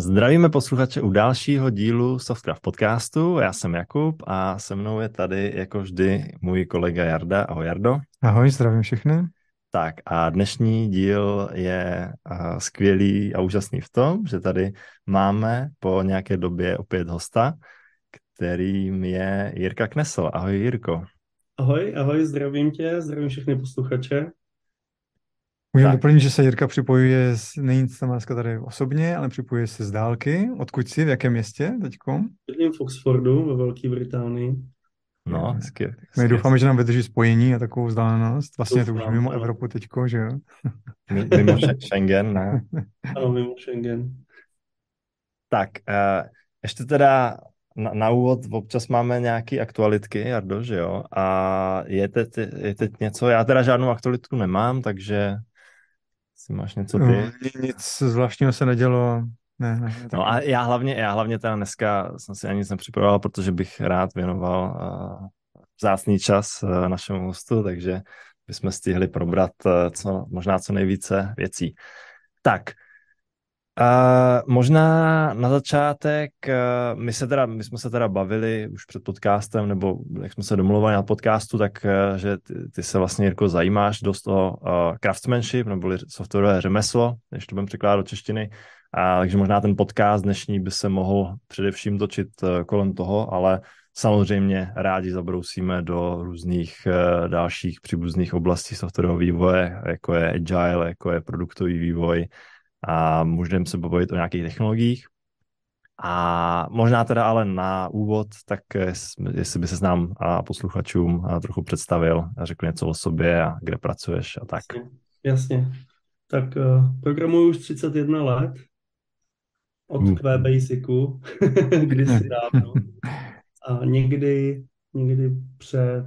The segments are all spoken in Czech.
Zdravíme posluchače u dalšího dílu Softcraft podcastu. Já jsem Jakub a se mnou je tady jako vždy můj kolega Jarda. Ahoj Jardo. Ahoj, zdravím všechny. Tak a dnešní díl je skvělý a úžasný v tom, že tady máme po nějaké době opět hosta, kterým je Jirka Knesl. Ahoj Jirko. Ahoj, ahoj, zdravím tě, zdravím všechny posluchače. Můžeme Tak, doplnit, že se Jirka připojuje, není tam dneska tady osobně, ale připojuje se z dálky. Odkud jsi, v jakém městě teďko? Bydlím v Oxfordu ve Velké Británii. no, skvělý. My doufáme, že nám vydrží spojení a takovou vzdálenost. Vlastně je to už Doufám, mimo ano. Evropu teďko, že jo? Mimo Schengen, ne? Ano, mimo Schengen. Tak, ještě teda na úvod občas máme nějaké aktualitky, Jardo, že jo? A je teď něco, já teda žádnou aktualitku nemám, takže si máš něco ty. Nic zvláštního se nedělo. Ne, No taky. a já hlavně teda dneska jsem si ani nic nepřipravoval, protože bych rád věnoval vzácný čas našemu hostu, takže bychom stihli probrat možná co nejvíce věcí. Tak, možná na začátek, my jsme se teda bavili už před podcastem, nebo jak jsme se domluvali na podcastu, tak že ty se vlastně, Jirko, zajímáš dost o craftsmanship, nebo softwarové řemeslo, když to budeme překládat do češtiny, takže možná ten podcast dnešní by se mohl především točit kolem toho, ale samozřejmě rádi zabrousíme do různých dalších příbuzných oblastí softwarového vývoje, jako je agile, jako je produktový vývoj, a můžeme se bavit o nějakých technologiích. A možná teda ale na úvod, tak jestli by se nám a posluchačům trochu představil a řekl něco o sobě a kde pracuješ a tak. Jasně. Tak programuji už 31 let od QBasicu, kdysi dávno. A někdy před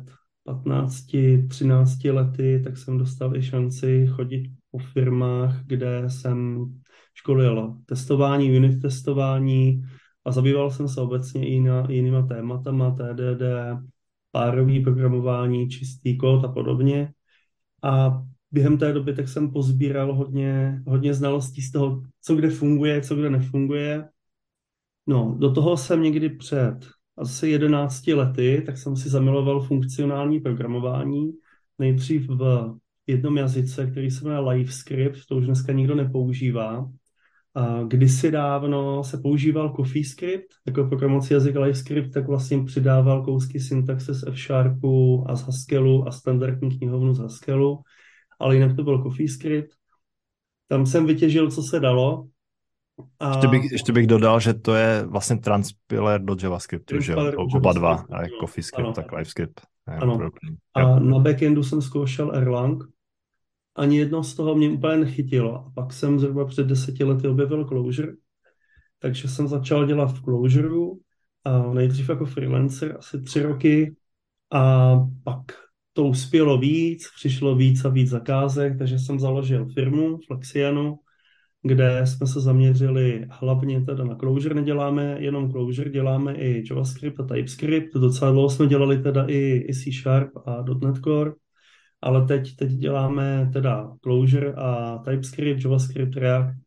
15-13 lety, tak jsem dostal i šanci chodit po firmách, kde jsem školil testování, unit testování a zabýval jsem se obecně i jinýma tématama, TDD, párový programování, čistý kód a podobně. A během té doby tak jsem pozbíral hodně znalostí z toho, co kde funguje, co kde nefunguje. No, do toho jsem někdy před asi 11 lety, tak jsem si zamiloval funkcionální programování. Nejdřív v jednom jazyce, který se jmenuje LiveScript, to už dneska nikdo nepoužívá. A kdysi dávno se používal CoffeeScript, jako programovací jazyk LiveScript, tak vlastně přidával kousky syntaxe z F-Sharpu a z Haskellu a standardní knihovnu z Haskellu, ale jinak to byl CoffeeScript. Tam jsem vytěžil, co se dalo. Ještě bych dodal, že to je vlastně transpiler do JavaScriptu, že jo? Transpiler do Oba dva, JavaScriptu, jak ano. CoffeeScript, tak LiveScript. Ano. Jo. A na backendu jsem zkoušel Erlang. Ani jedno z toho mě úplně nechytilo. A pak jsem zhruba před 10 lety objevil Clojure. Takže jsem začal dělat v Clojureu. A nejdřív jako freelancer asi 3 roky. A pak to uspělo víc, přišlo víc a víc zakázek, takže jsem založil firmu Flexianu, kde jsme se zaměřili hlavně teda na Clojure. Neděláme jenom Clojure, děláme i JavaScript a TypeScript. Docela dlouho jsme dělali teda i C Sharp a .NET Core, ale teď děláme teda Clojure a TypeScript, JavaScript, React.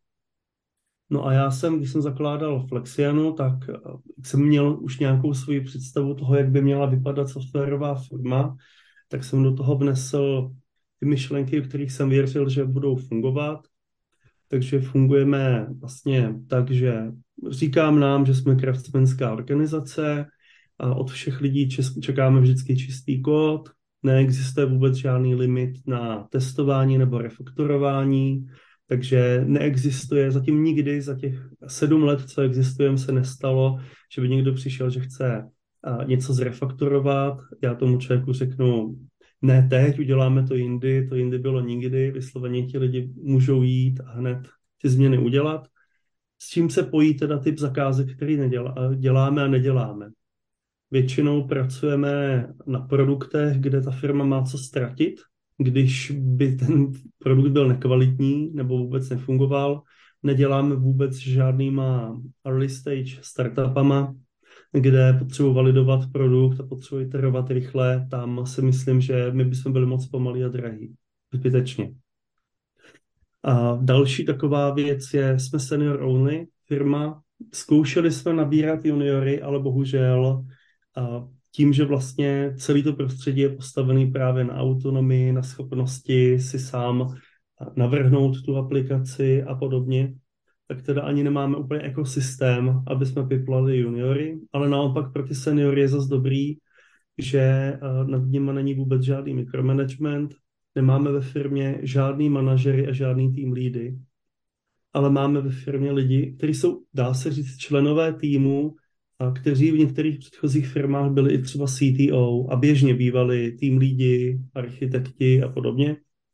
No a když jsem zakládal Flexianu, tak jsem měl už nějakou svoji představu toho, jak by měla vypadat softwarová firma, tak jsem do toho vnesl ty myšlenky, v kterých jsem věřil, že budou fungovat. Takže fungujeme vlastně tak, že říkám nám, že jsme craftsmanská organizace a od všech lidí čekáme vždycky čistý kód, neexistuje vůbec žádný limit na testování nebo refaktorování, takže neexistuje, zatím nikdy za těch 7 let, co existujeme, se nestalo, že by někdo přišel, že chce něco zrefaktorovat. Já tomu člověku řeknu, ne teď, uděláme to jindy bylo nikdy, vysloveně ti lidi můžou jít a hned ty změny udělat. S čím se pojí teda typ zakázek, který děláme a neděláme. Většinou pracujeme na produktech, kde ta firma má co ztratit, když by ten produkt byl nekvalitní nebo vůbec nefungoval. Neděláme vůbec žádnýma early stage startupama, kde potřebuji validovat produkt a potřebuji iterovat rychle, tam si myslím, že my bychom byli moc pomalí a drahý. Zbytečně. A další taková věc je, jsme senior only firma. Zkoušeli jsme nabírat juniory, ale bohužel tím, že vlastně celý to prostředí je postavený právě na autonomii, na schopnosti si sám navrhnout tu aplikaci a podobně, tak teda ani nemáme úplně ekosystém, aby jsme piplali juniory, ale naopak pro ty seniory je zase dobrý, že nad nimi není vůbec žádný micromanagement, nemáme ve firmě žádný manažery a žádný tým leady, ale máme ve firmě lidi, kteří jsou, dá se říct, členové týmu, a kteří v některých předchozích firmách byli i třeba CTO a běžně bývali tým lídi, architekti a podobně.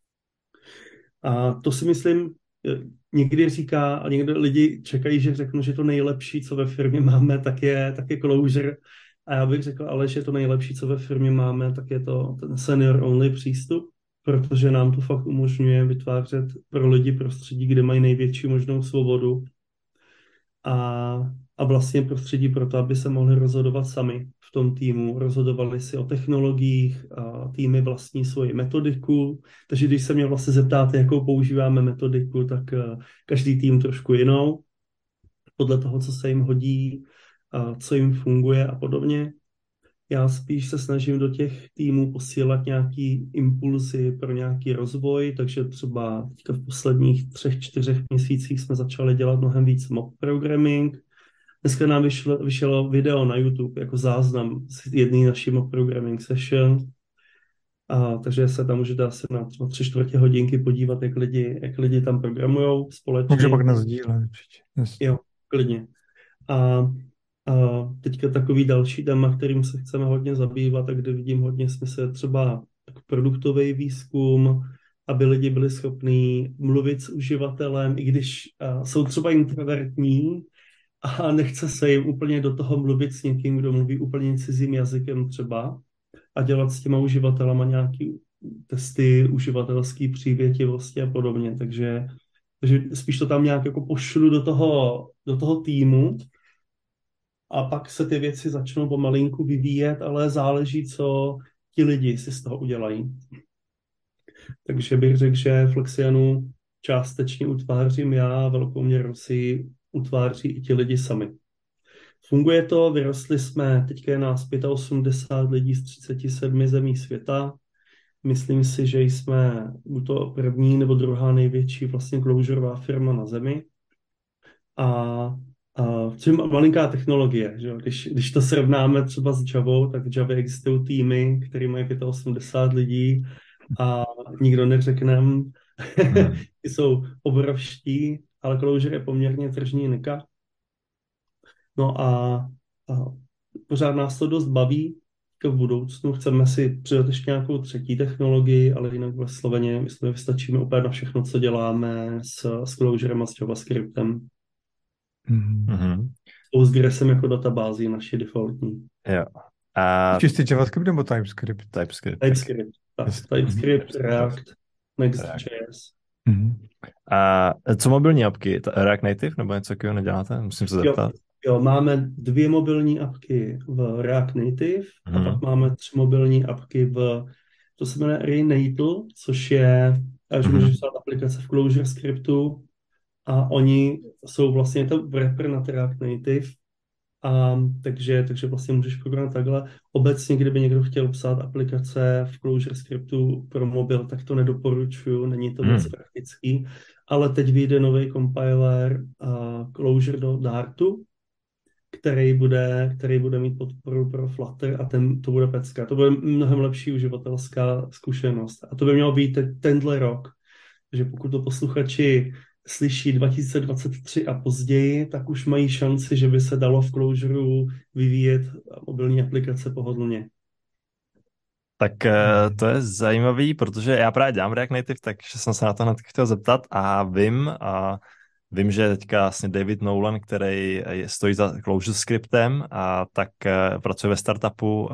A to si myslím, někdy říká, a někdy lidi čekají, že řeknu, že to nejlepší, co ve firmě máme, tak je Clojure. A já bych řekl, ale že to nejlepší, co ve firmě máme, tak je to ten senior only přístup, protože nám to fakt umožňuje vytvářet pro lidi prostředí, kde mají největší možnou svobodu a vlastně prostředí pro to, aby se mohli rozhodovat sami v tom týmu. Rozhodovali si o technologiích, a týmy vlastní svoji metodiku, takže když se mě vlastně zeptáte, jakou používáme metodiku, tak každý tým trošku jinou, podle toho, co se jim hodí, co jim funguje a podobně. Já spíš se snažím do těch týmů posílat nějaký impulzy pro nějaký rozvoj, takže třeba teďka v posledních 3-4 měsících jsme začali dělat mnohem víc mock programming. Dneska nám vyšlo video na YouTube jako záznam z jedné naší mock programming session. Takže se tam můžete asi na třeba 3/4 hodinky podívat, jak lidi tam programujou společně. Může pak nasdílet určitě. Jo, klidně. A teďka takový další téma, kterým se chceme hodně zabývat, a kde vidím hodně smysl, třeba produktový výzkum, aby lidi byli schopní mluvit s uživatelem, i když jsou třeba introvertní a nechce se jim úplně do toho mluvit s někým, kdo mluví úplně cizím jazykem třeba, a dělat s těma uživatelama nějaký testy, uživatelský přívětivosti a podobně. Takže spíš to tam nějak jako pošlu do toho týmu, a pak se ty věci začnou pomalinku vyvíjet, ale záleží, co ti lidi si z toho udělají. Takže bych řekl, že Flexianu částečně utvářím já, velkou měrou si utváří i ti lidi sami. Funguje to, vyrostli jsme, teďka je nás 85 lidí z 37 zemí světa. Myslím si, že jsme buď to první nebo druhá největší vlastně closurová firma na zemi. Což je malinká technologie, že? Když to srovnáme třeba s Javou, tak v Javě existují týmy, které mají 85 lidí a nikdo neřekne, jsou obrovští, ale Clojure je poměrně tržní nika. No a pořád nás to dost baví. V budoucnu chceme si přidat ještě nějakou třetí technologii, ale jinak ve Sloveně myslím, vystačíme úplně na všechno, co děláme s Clojurem a s JavaScriptem. Mm-hmm. Postgresem jako databází naši defaultní. Jo. Čistý JavaScript nebo TypeScript? TypeScript. TypeScript, React, Next.js. A co mobilní apky? React Native nebo něco takového neděláte? Musím se zeptat. Jo, máme 2 mobilní apky v React Native a pak máme 3 mobilní apky to se jmenuje Renatal, což je, že můžeš psát aplikace v Clojure scriptu, a oni jsou vlastně to wrapper na React Native, takže vlastně můžeš programovat takhle. Obecně, kdyby někdo chtěl psát aplikace v Clojure scriptu pro mobil, tak to nedoporučuju, není to moc praktický, ale teď vyjde nový compiler Clojure do Dartu, který bude mít podporu pro Flutter, a to bude pecka. To bude mnohem lepší uživatelská zkušenost. A to by mělo být tenhle rok. Takže pokud to posluchači slyší 2023 a později, tak už mají šanci, že by se dalo v Clojuru vyvíjet mobilní aplikace pohodlně. Tak to je zajímavý, protože já právě dělám React Native, takže jsem se na to hned chtěl zeptat a vím, že teďka vlastně David Nolan, který stojí za Clojure scriptem, tak pracuje ve startupu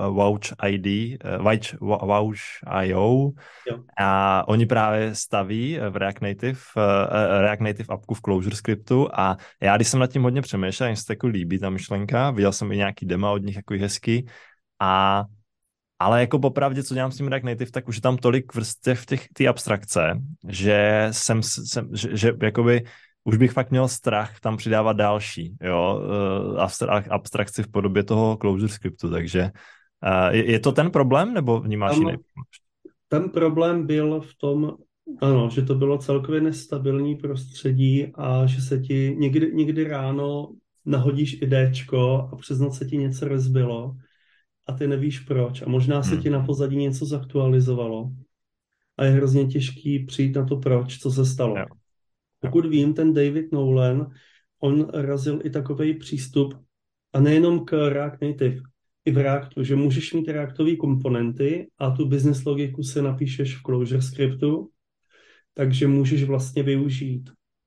Wouch.io a oni právě staví v React Native apku v Clojure scriptu, a já když jsem nad tím hodně přemýšlel, jim se jako líbí ta myšlenka, viděl jsem i nějaký demo od nich jako hezký, ale jako popravdě, co dělám s tím React Native, tak už je tam tolik vrstev té abstrakce, že jakoby už bych fakt měl strach tam přidávat další, jo, abstrakci v podobě toho closure scriptu, takže je to ten problém, nebo vnímáš jiný? Tam ten problém byl v tom, ano, že to bylo celkově nestabilní prostředí a že se ti někdy ráno nahodíš idéčko a přes noc se ti něco rozbilo a ty nevíš proč a možná se ti na pozadí něco zaktualizovalo a je hrozně těžký přijít na to proč, co se stalo. Jo. Pokud vím, ten David Nolan, on razil i takový přístup a nejenom k React Native, i v Reactu, že můžeš mít reactové komponenty a tu business logiku si napíšeš v Clojure scriptu, takže můžeš vlastně využít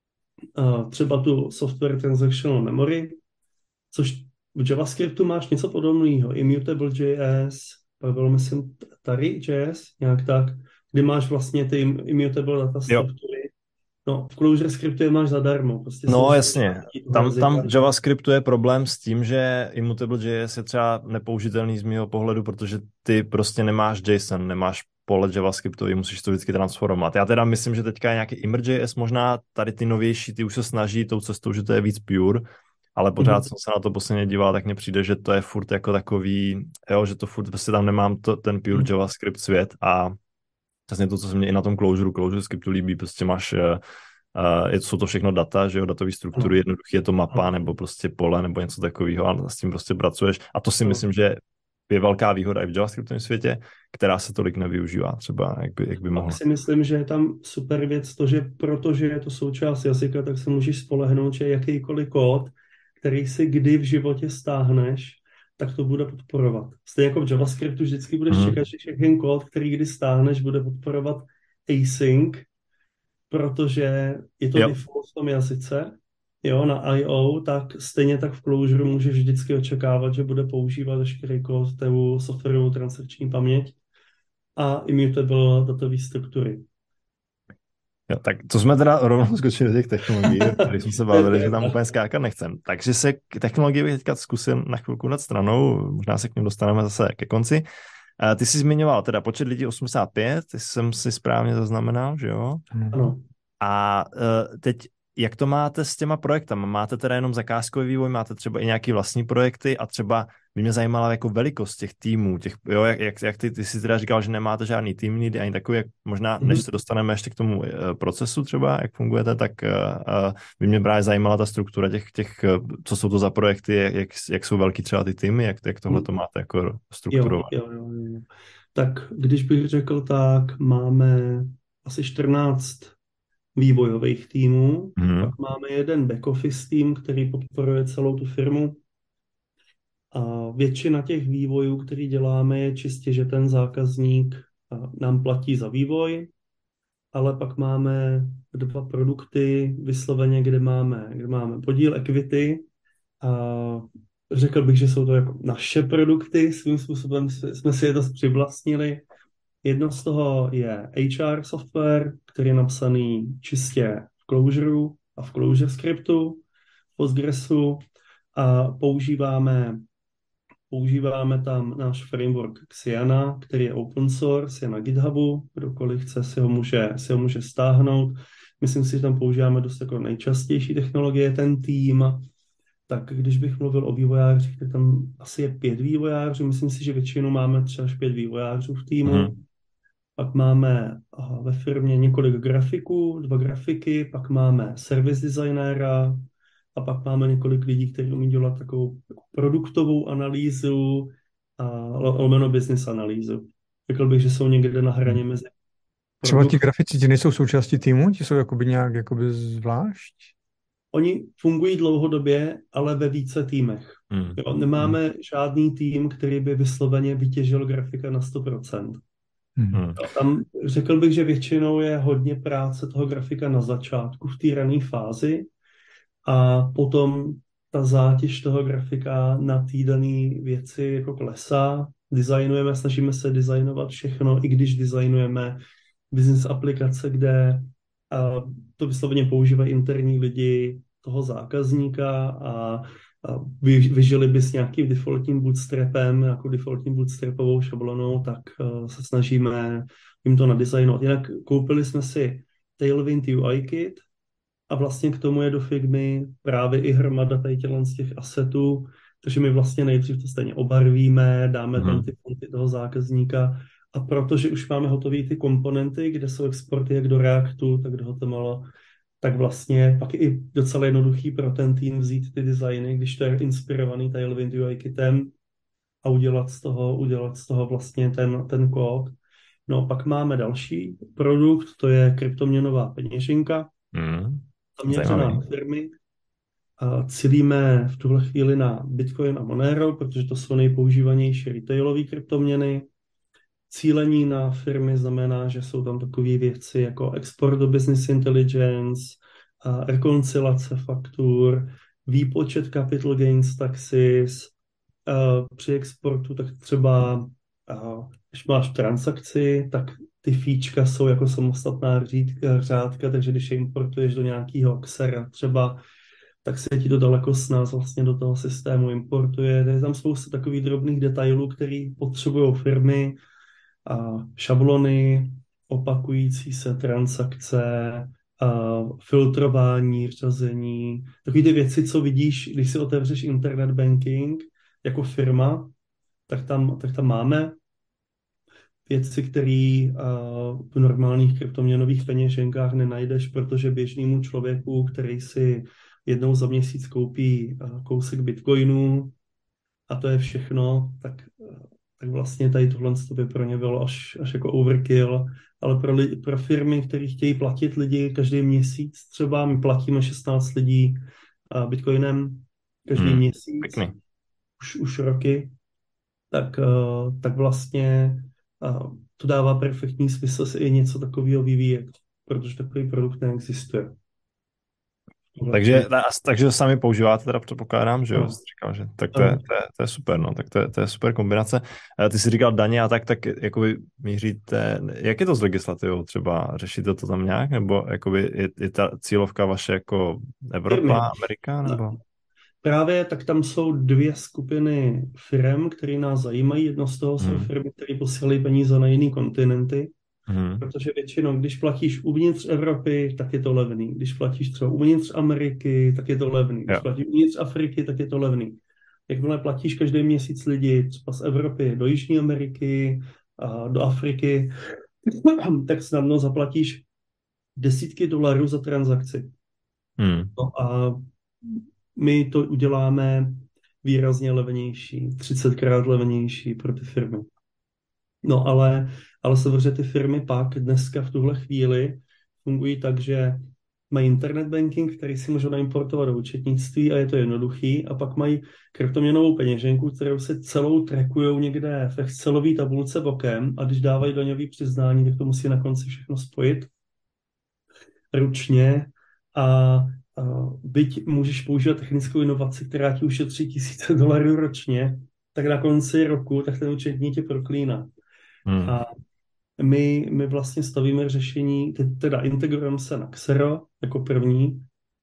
třeba tu software transactional memory, což v JavaScriptu máš něco podobného, Immutable.js, pak bylo myslím Tari.js, nějak tak, kdy máš vlastně ty immutable data struktury. No, v Clojure scriptu je máš zadarmo. Prostě no jasně, tam v JavaScriptu je problém s tím, že Immutable.js je třeba nepoužitelný z mého pohledu, protože ty prostě nemáš JSON, nemáš pole JavaScriptový, musíš to vždycky transformovat. Já teda myslím, že teďka je nějaký Immer.js, možná tady ty novější, ty už se snaží tou cestou, že to je víc pure, ale pořád jsem se na to posledně díval, tak mně přijde, že to je furt jako takový, jo, že to furt prostě tam nemám ten pure JavaScript svět a přesně to, co se mě i na tom Clojure scriptu líbí, prostě máš, jsou to všechno data, že jo, datové struktury, jednoduchý je to mapa nebo prostě pole nebo něco takového a s tím prostě pracuješ a to si myslím, že je velká výhoda i v JavaScriptovém světě, která se tolik nevyužívá třeba, jak by mohla. Tak si myslím, že je tam super věc to, že protože je to součást jazyka, tak se můžeš spolehnout, že jakýkoliv kód, který si kdy v životě stáhneš, tak to bude podporovat. Stejně jako v JavaScriptu vždycky budeš čekat, že všechny kód, který kdy stáhneš, bude podporovat async, protože je to default v tom jazyce, jo, na I.O., tak stejně tak v Clojure můžeš vždycky očekávat, že bude používat veškerý kód tébou softwarovou transakční paměť a immutable datové struktury. Jo, tak to jsme teda rovnou skočili do těch technologií, které jsme se bavili, že tam úplně skákat nechcem. Takže se k technologii bych teďka zkusil na chvilku dát stranou, možná se k něm dostaneme zase ke konci. Ty jsi zmiňoval teda počet lidí 85, ty jsem si správně zaznamenal, že jo? Ano. A teď jak to máte s těma projektama? Máte teda jenom zakázkový vývoj, máte třeba i nějaký vlastní projekty a třeba by mě zajímala jako velikost těch týmů, jo, jak ty jsi teda říkal, že nemáte žádný tým lead, ani takový, jak možná, než se dostaneme ještě k tomu procesu třeba, jak fungujete, tak by mě právě zajímala ta struktura těch, co jsou to za projekty, jak jsou velký třeba ty týmy, jak tohle to máte jako strukturovat. Jo. Tak když bych řekl, tak máme asi 14 vývojových týmů, pak máme jeden back office tým, který podporuje celou tu firmu a většina těch vývojů, který děláme, je čistě, že ten zákazník nám platí za vývoj, ale pak máme 2 produkty vysloveně, kde máme podíl equity a řekl bych, že jsou to jako naše produkty, svým způsobem jsme si je dost přivlastnili. Jedno z toho je HR software, který je napsaný čistě v Clojure a v Clojure scriptu, v Postgresu a používáme tam náš framework Xiana, který je open source, je na GitHubu, kdokoliv chce si ho může stáhnout. Myslím si, že tam používáme dost jako nejčastější technologie, ten tým. Tak když bych mluvil o vývojářích, tak tam asi je 5 vývojářů. Myslím si, že většinou máme třeba až 5 vývojářů v týmu. Pak máme ve firmě několik grafiků, 2 grafiky, pak máme service designéra a pak máme několik lidí, kteří umí dělat takovou produktovou analýzu a lomeno business analýzu. Řekl bych, že jsou někde na hraně mezi... Třeba ti grafici, ti nejsou součástí týmu? Ti jsou jakoby nějak zvlášť? Oni fungují dlouhodobě, ale ve více týmech. Jo, nemáme žádný tým, který by vysloveně vytěžil grafika na 100%. Tam řekl bych, že většinou je hodně práce toho grafika na začátku, v té rané fázi a potom ta zátěž toho grafika na té dané věci jako klesá. Designujeme, snažíme se designovat všechno, i když designujeme business aplikace, kde to vysloveně používají interní lidi toho zákazníka a vyžili by s nějakým defaultním bootstrapem, jako defaultní bootstrapovou šablonou, tak se snažíme jim to nadizajnovat. Jinak koupili jsme si Tailwind UI Kit, a vlastně k tomu je do Figmy právě i hromada tady z těch asetů, takže my vlastně nejdřív to stejně obarvíme, dáme tam Mhm. ty fonty toho zákazníka a protože už máme hotové ty komponenty, kde jsou exporty jak do Reactu, tak do HTML, tak vlastně pak je i docela jednoduchý pro ten tým vzít ty designy, když to je inspirovaný Tailwind UI kitem a udělat z toho vlastně ten kód. No, pak máme další produkt, to je kryptoměnová peněženka, Mhm. zaměřená na Zajímavý. firmy. A cílíme v tuhle chvíli na Bitcoin a Monero, protože to jsou nejpoužívanější retailové kryptoměny. Cílení na firmy znamená, že jsou tam takové věci jako export do business intelligence, a rekoncilace faktur, výpočet capital gains taxes, při exportu tak třeba, když máš transakci, tak ty fíčka jsou jako samostatná řádka, takže když je importuješ do nějakého Xera třeba, tak se ti to daleko snáz vlastně do toho systému importuje. Je tam spousta takových drobných detailů, které potřebují firmy, a šablony, opakující se transakce, a filtrování, řazení, takové ty věci, co vidíš, když si otevřeš internet banking jako firma, tak tam máme věci, které v normálních kryptoměnových peněženkách nenajdeš, protože běžnému člověku, který si jednou za měsíc koupí kousek bitcoinu a to je všechno, tak vlastně tady tohle by pro ně bylo až jako overkill, ale pro firmy, které chtějí platit lidi každý měsíc, třeba my platíme 16 lidí bitcoinem každý měsíc, Pěkný. už roky, tak vlastně to dává perfektní smysl si i něco takového vyvíjet, protože takový produkt neexistuje. Takže to sami používáte, teda předpokládám, že jo? Ano, Jsi říkal, že tak ano. to je super, no, tak to je super kombinace. Ty jsi říkal daně a tak jakoby míříte, jak je to s legislativou třeba? Řešíte to tam nějak? Nebo jakoby je ta cílovka vaše jako Evropa, Firmy. Amerika, nebo? Právě tak tam jsou dvě skupiny firm, které nás zajímají. Jedno z toho jsou Hmm. firmy, které posílají peníze na jiné kontinenty, Hmm. protože většinou, když platíš uvnitř Evropy, tak je to levný. Když platíš třeba uvnitř Ameriky, tak je to levný. Když Jo. platíš uvnitř Afriky, tak je to levný. Jakmile platíš každý měsíc lidi třeba z Evropy do Jižní Ameriky a do Afriky, tak snadno zaplatíš desítky dolarů za transakci. Hmm. No a my to uděláme výrazně levnější, 30krát levnější pro ty firmy. No ale samozřejmě ty firmy pak dneska v tuhle chvíli fungují tak, že mají internet banking, který si můžou naimportovat do účetnictví a je to jednoduchý. A pak mají kryptoměnovou peněženku, kterou si celou trackujou někde v Excelové tabulce bokem a když dávají daňový přiznání, tak to musí na konci všechno spojit ručně a byť můžeš používat technickou inovaci, která ti ušetří $1000 ročně, tak na konci roku tak ten účetní tě proklíná. Hmm. A my vlastně stavíme řešení, teda integrujeme se na Xero jako první,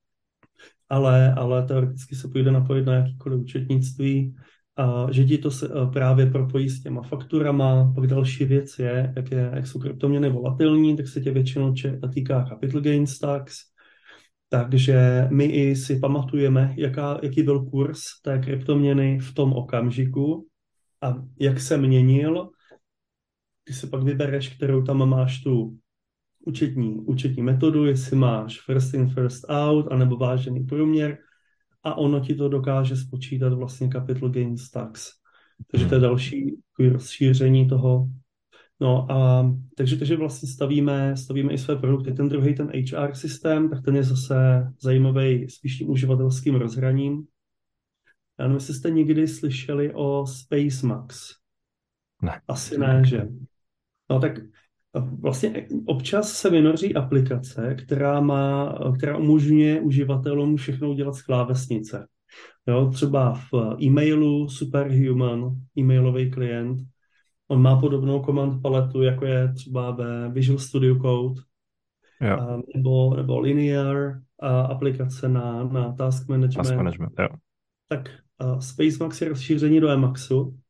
ale teoreticky se půjde napojit na jakýkoliv účetnictví, a že ti to se právě propojí s těma fakturama. Pak další věc je, jak jsou kryptoměny volatilní, tak se tě většinou týká capital gains tax. Takže my i si pamatujeme, jaký byl kurz té kryptoměny v tom okamžiku a jak se měnil. Ty si pak vybereš, kterou tam máš tu účetní metodu, jestli máš first in, first out, anebo vážený průměr a ono ti to dokáže spočítat vlastně capital gains tax. Takže to je další rozšíření toho. No a takže vlastně stavíme i své produkty. Ten druhý, ten HR systém, tak ten je zase zajímavý spíš tím uživatelským rozhraním. Já nevím, jestli jste někdy slyšeli o SpaceMax. Ne. Asi ne, že? No tak vlastně občas se vynoří aplikace, která umožňuje uživatelům všechno udělat z klávesnice. Jo, třeba v e-mailu Superhuman, e-mailový klient, on má podobnou command paletu, jako je třeba ve Visual Studio Code, Jo. nebo Linear aplikace na task management. Task management, jo. Tak SpaceMax je rozšíření do Emaxu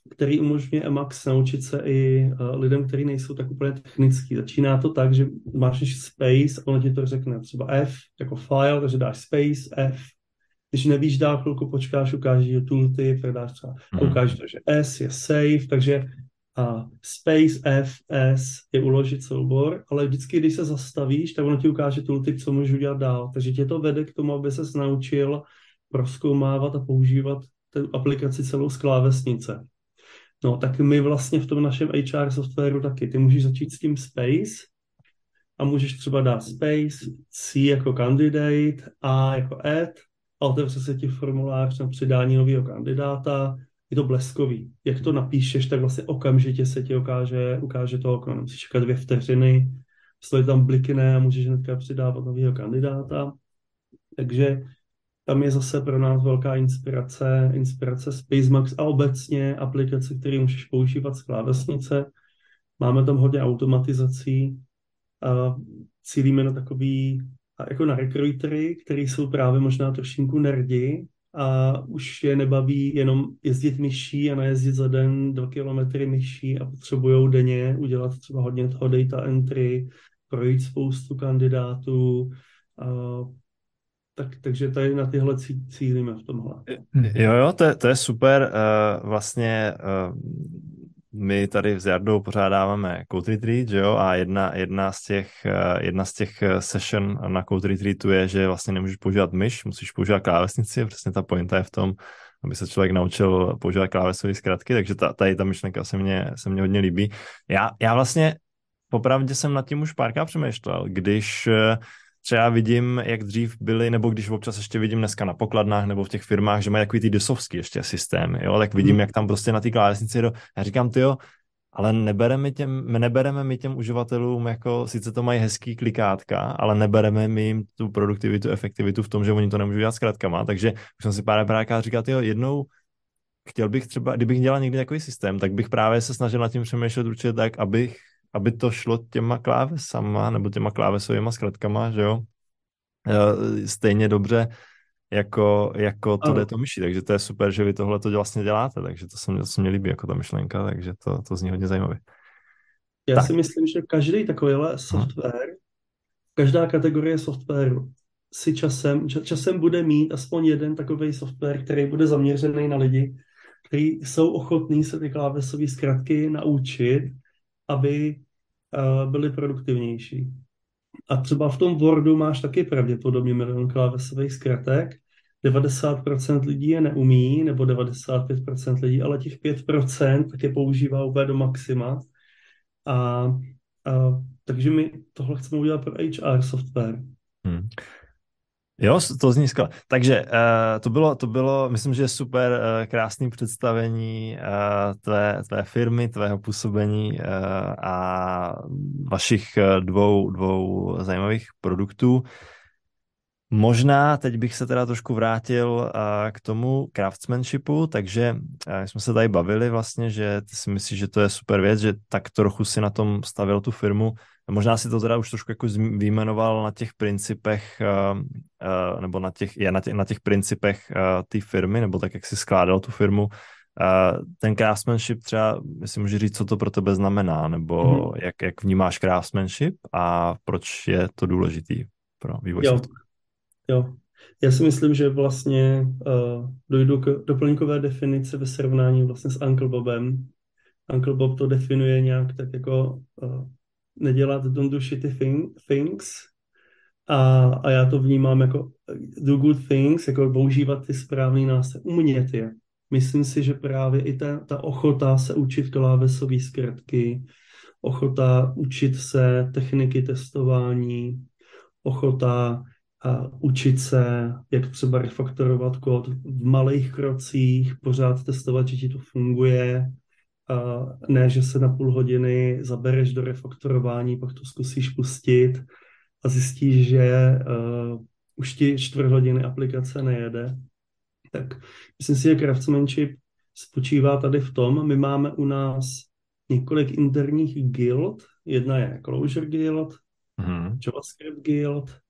který umožňuje Emacs naučit se i lidem, kteří nejsou tak úplně technický. Začíná to tak, že máš space a ono ti to řekne třeba F jako file, takže dáš space, F. Když nevíš dál, chvilku počkáš, ukážeš tooltip, tak dáš třeba a ukážeš to, že S je save, takže space F, S je uložit soubor, ale vždycky, když se zastavíš, tak ono ti ukáže tooltip, co můžeš udělat dál. Takže tě to vede k tomu, aby ses naučil prozkoumávat a používat tu aplikaci celou z klávesnice. No, tak my vlastně v tom našem HR softwaru taky. Ty můžeš začít s tím space a můžeš třeba dát space, C jako candidate, A jako add a otevře se ti formulář na přidání nového kandidáta. Je to bleskový. Jak to napíšeš, tak vlastně okamžitě se ti ukáže to okno. Musíš čekat 2 vteřiny, stojí tam blikne a můžeš hnedka přidávat nového kandidáta. Takže tam je zase pro nás velká inspirace SpaceMax a obecně aplikace, které můžeš používat z klávesnice. Máme tam hodně automatizací a cílíme na takový, jako na recruitery, který jsou právě možná trošinku nerdi a už je nebaví jenom jezdit myší a najezdit za den 2 kilometry myší a potřebujou denně udělat třeba hodně toho data entry, projít spoustu kandidátů, takže tady na tyhle cílíme v tomhle. Jo, to je super. Vlastně my tady s Jardou pořádáme Code Retreat, že jo, a jedna z těch session na Code Retreatu je, že vlastně nemůžeš používat myš, musíš používat klávesnici, přesně ta pointa je v tom, aby se člověk naučil používat klávesové zkratky, takže tady ta myšlenka se mně hodně líbí. Já vlastně popravdě jsem nad tím už párkrát přemýšlel, když třeba vidím, jak dřív byly, nebo když občas ještě vidím dneska na pokladnách nebo v těch firmách, že mají takový ty desovský ještě systémy, jo, tak vidím, jak tam prostě na té klávesnici já říkám, tyjo, ale nebereme my těm uživatelům, jako sice to mají hezký klikátka, ale nebereme my jim tu produktivitu, efektivitu v tom, že oni to nemůžou dělat zkratkama, takže už jsem si párkrát říkal, tyjo, jednou chtěl bych třeba, kdybych dělal někdy takový systém, tak bych právě se snažil nad tím přemýšlet určitě tak, aby to šlo těma klávesama nebo těma klávesovýma zkratkama, že jo, stejně dobře, jako to jde to myší, takže to je super, že vy tohle to vlastně děláte, takže to se mě líbí jako ta myšlenka, takže to zní hodně zajímavě. Já si myslím, že každý takovýhle software, každá kategorie softwaru si časem bude mít aspoň jeden takový software, který bude zaměřený na lidi, kteří jsou ochotní se ty klávesové zkratky naučit, aby byli produktivnější. A třeba v tom Wordu máš taky pravděpodobně milion klávesových zkratek, 90% lidí je neumí, nebo 95% lidí, ale těch 5% tak je používá úplně do maxima. Takže my tohle chceme udělat pro HR software. Jo, to zní skvěle. Takže to bylo, myslím, že super krásné představení tvé firmy, tvého působení a vašich dvou zajímavých produktů. Možná teď bych se teda trošku vrátil k tomu craftsmanshipu, takže jsme se tady bavili vlastně, že ty si myslíš, že to je super věc, že tak trochu si na tom stavil tu firmu. Možná si to teda už trošku jako vyjmenoval na těch principech, nebo na těch principech té firmy, nebo tak, jak jsi skládal tu firmu. Ten craftsmanship třeba, jestli můžu říct, co to pro tebe znamená, nebo jak vnímáš craftsmanship a proč je to důležitý pro vývoj softwaru. Jo, já si myslím, že vlastně dojdu k doplňkové definici ve srovnání vlastně s Uncle Bobem. Uncle Bob to definuje nějak tak jako nedělat don't do shitty things a já to vnímám jako do good things, jako používat ty správný nástroje, umět je. Myslím si, že právě i ta ochota se učit klávesové zkratky, ochota učit se techniky testování, ochota učit se, jak třeba refaktorovat kód v malých krocích, pořád testovat, že ti to funguje, ne, že se na půl hodiny zabereš do refaktorování, pak to zkusíš pustit a zjistíš, že už ti 4 hodiny aplikace nejede. Tak myslím si, že craftsmanship spočívá tady v tom, my máme u nás několik interních guild, jedna je Clojure guild, JavaScript guild,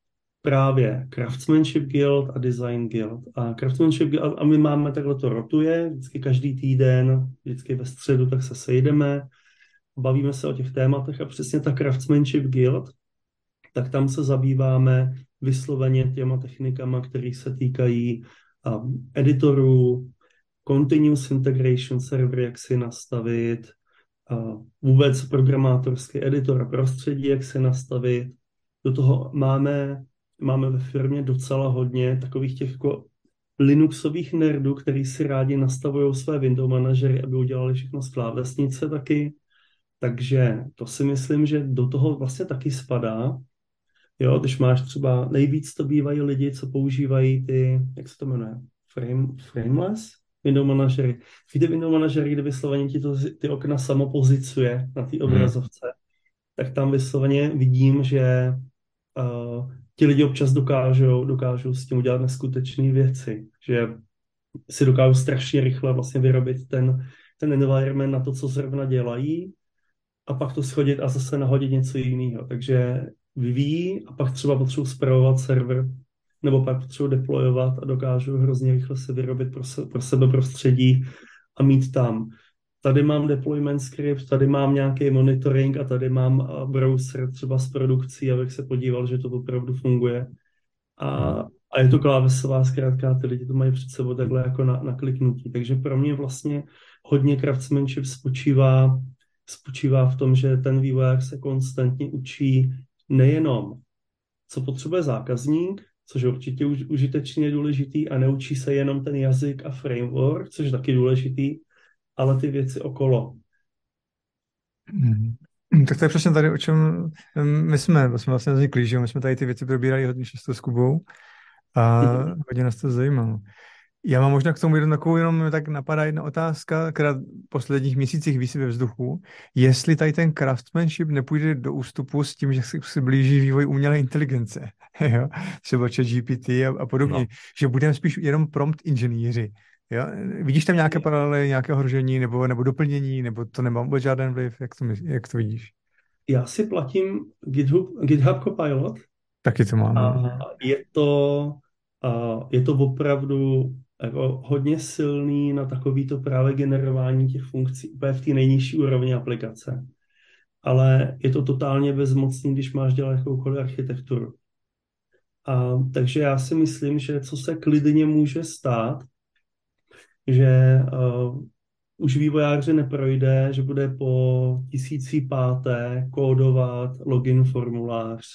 právě Craftsmanship Guild a Design Guild. A Craftsmanship Guild, a my máme takhle to rotuje, vždycky každý týden, vždycky ve středu, tak se sejdeme, bavíme se o těch tématech a přesně ta Craftsmanship Guild, tak tam se zabýváme vysloveně těma technikama, které se týkají editorů, continuous integration server, jak si nastavit, vůbec programátorský editor a prostředí, jak si nastavit. Do toho máme ve firmě docela hodně takových těch jako Linuxových nerdů, kteří si rádi nastavují své window manažery, aby udělali všechno z klávesnice taky. Takže to si myslím, že do toho vlastně taky spadá. Jo, když máš třeba, nejvíc to bývají lidi, co používají ty, jak se to jmenuje, frameless window manažery. Ty window manažery, kde vysloveně ti ty okna samo pozicuje na té obrazovce, tak tam vysloveně vidím, že ti lidi občas dokážou s tím udělat neskutečné věci, že si dokážou strašně rychle vlastně vyrobit ten environment na to, co zrovna dělají, a pak to schodit a zase nahodit něco jiného. Takže vyvíjí a pak třeba potřebují spravovat server, nebo pak potřebují deployovat a dokážou hrozně rychle se vyrobit pro sebe prostředí a mít tam. Tady mám deployment script, tady mám nějaký monitoring a tady mám browser třeba s produkcí, abych se podíval, že to opravdu funguje. A je to klávesová, zkrátka ty lidi to mají před sebou takhle jako na kliknutí. Takže pro mě vlastně hodně craftsmanship spočívá v tom, že ten vývojář se konstantně učí nejenom, co potřebuje zákazník, což je určitě užitečně důležitý, a neučí se jenom ten jazyk a framework, což je taky důležitý, ale ty věci okolo. Tak to je přesně tady, o čem my jsme vlastně vznikli, že my jsme tady ty věci probírali hodně často s Kubou a hodně nás to zajímalo. Já mám možná k tomu jednu takovou, jenom tak napadá jedna otázka, která v posledních měsících visí ve vzduchu. Jestli tady ten craftsmanship nepůjde do ústupu s tím, že se blíží vývoj umělé inteligence, jo? Třeba ChatGPT a podobně, no. Že budeme spíš jenom prompt inženýři. Jo? Vidíš tam nějaké paralely, nějaké ohrožení nebo doplnění, nebo to nemá vůbec žádný vliv? Jak to vidíš? Já si platím GitHub Copilot. Taky to mám. A je to opravdu jako hodně silný na takovýto právě generování těch funkcí úplně v té nejnižší úrovni aplikace. Ale je to totálně bezmocný, když máš dělat jakoukoliv architekturu. Takže já si myslím, že co se klidně může stát, že už vývojáři neprojde, že bude po 1005. Kódovat login formulář,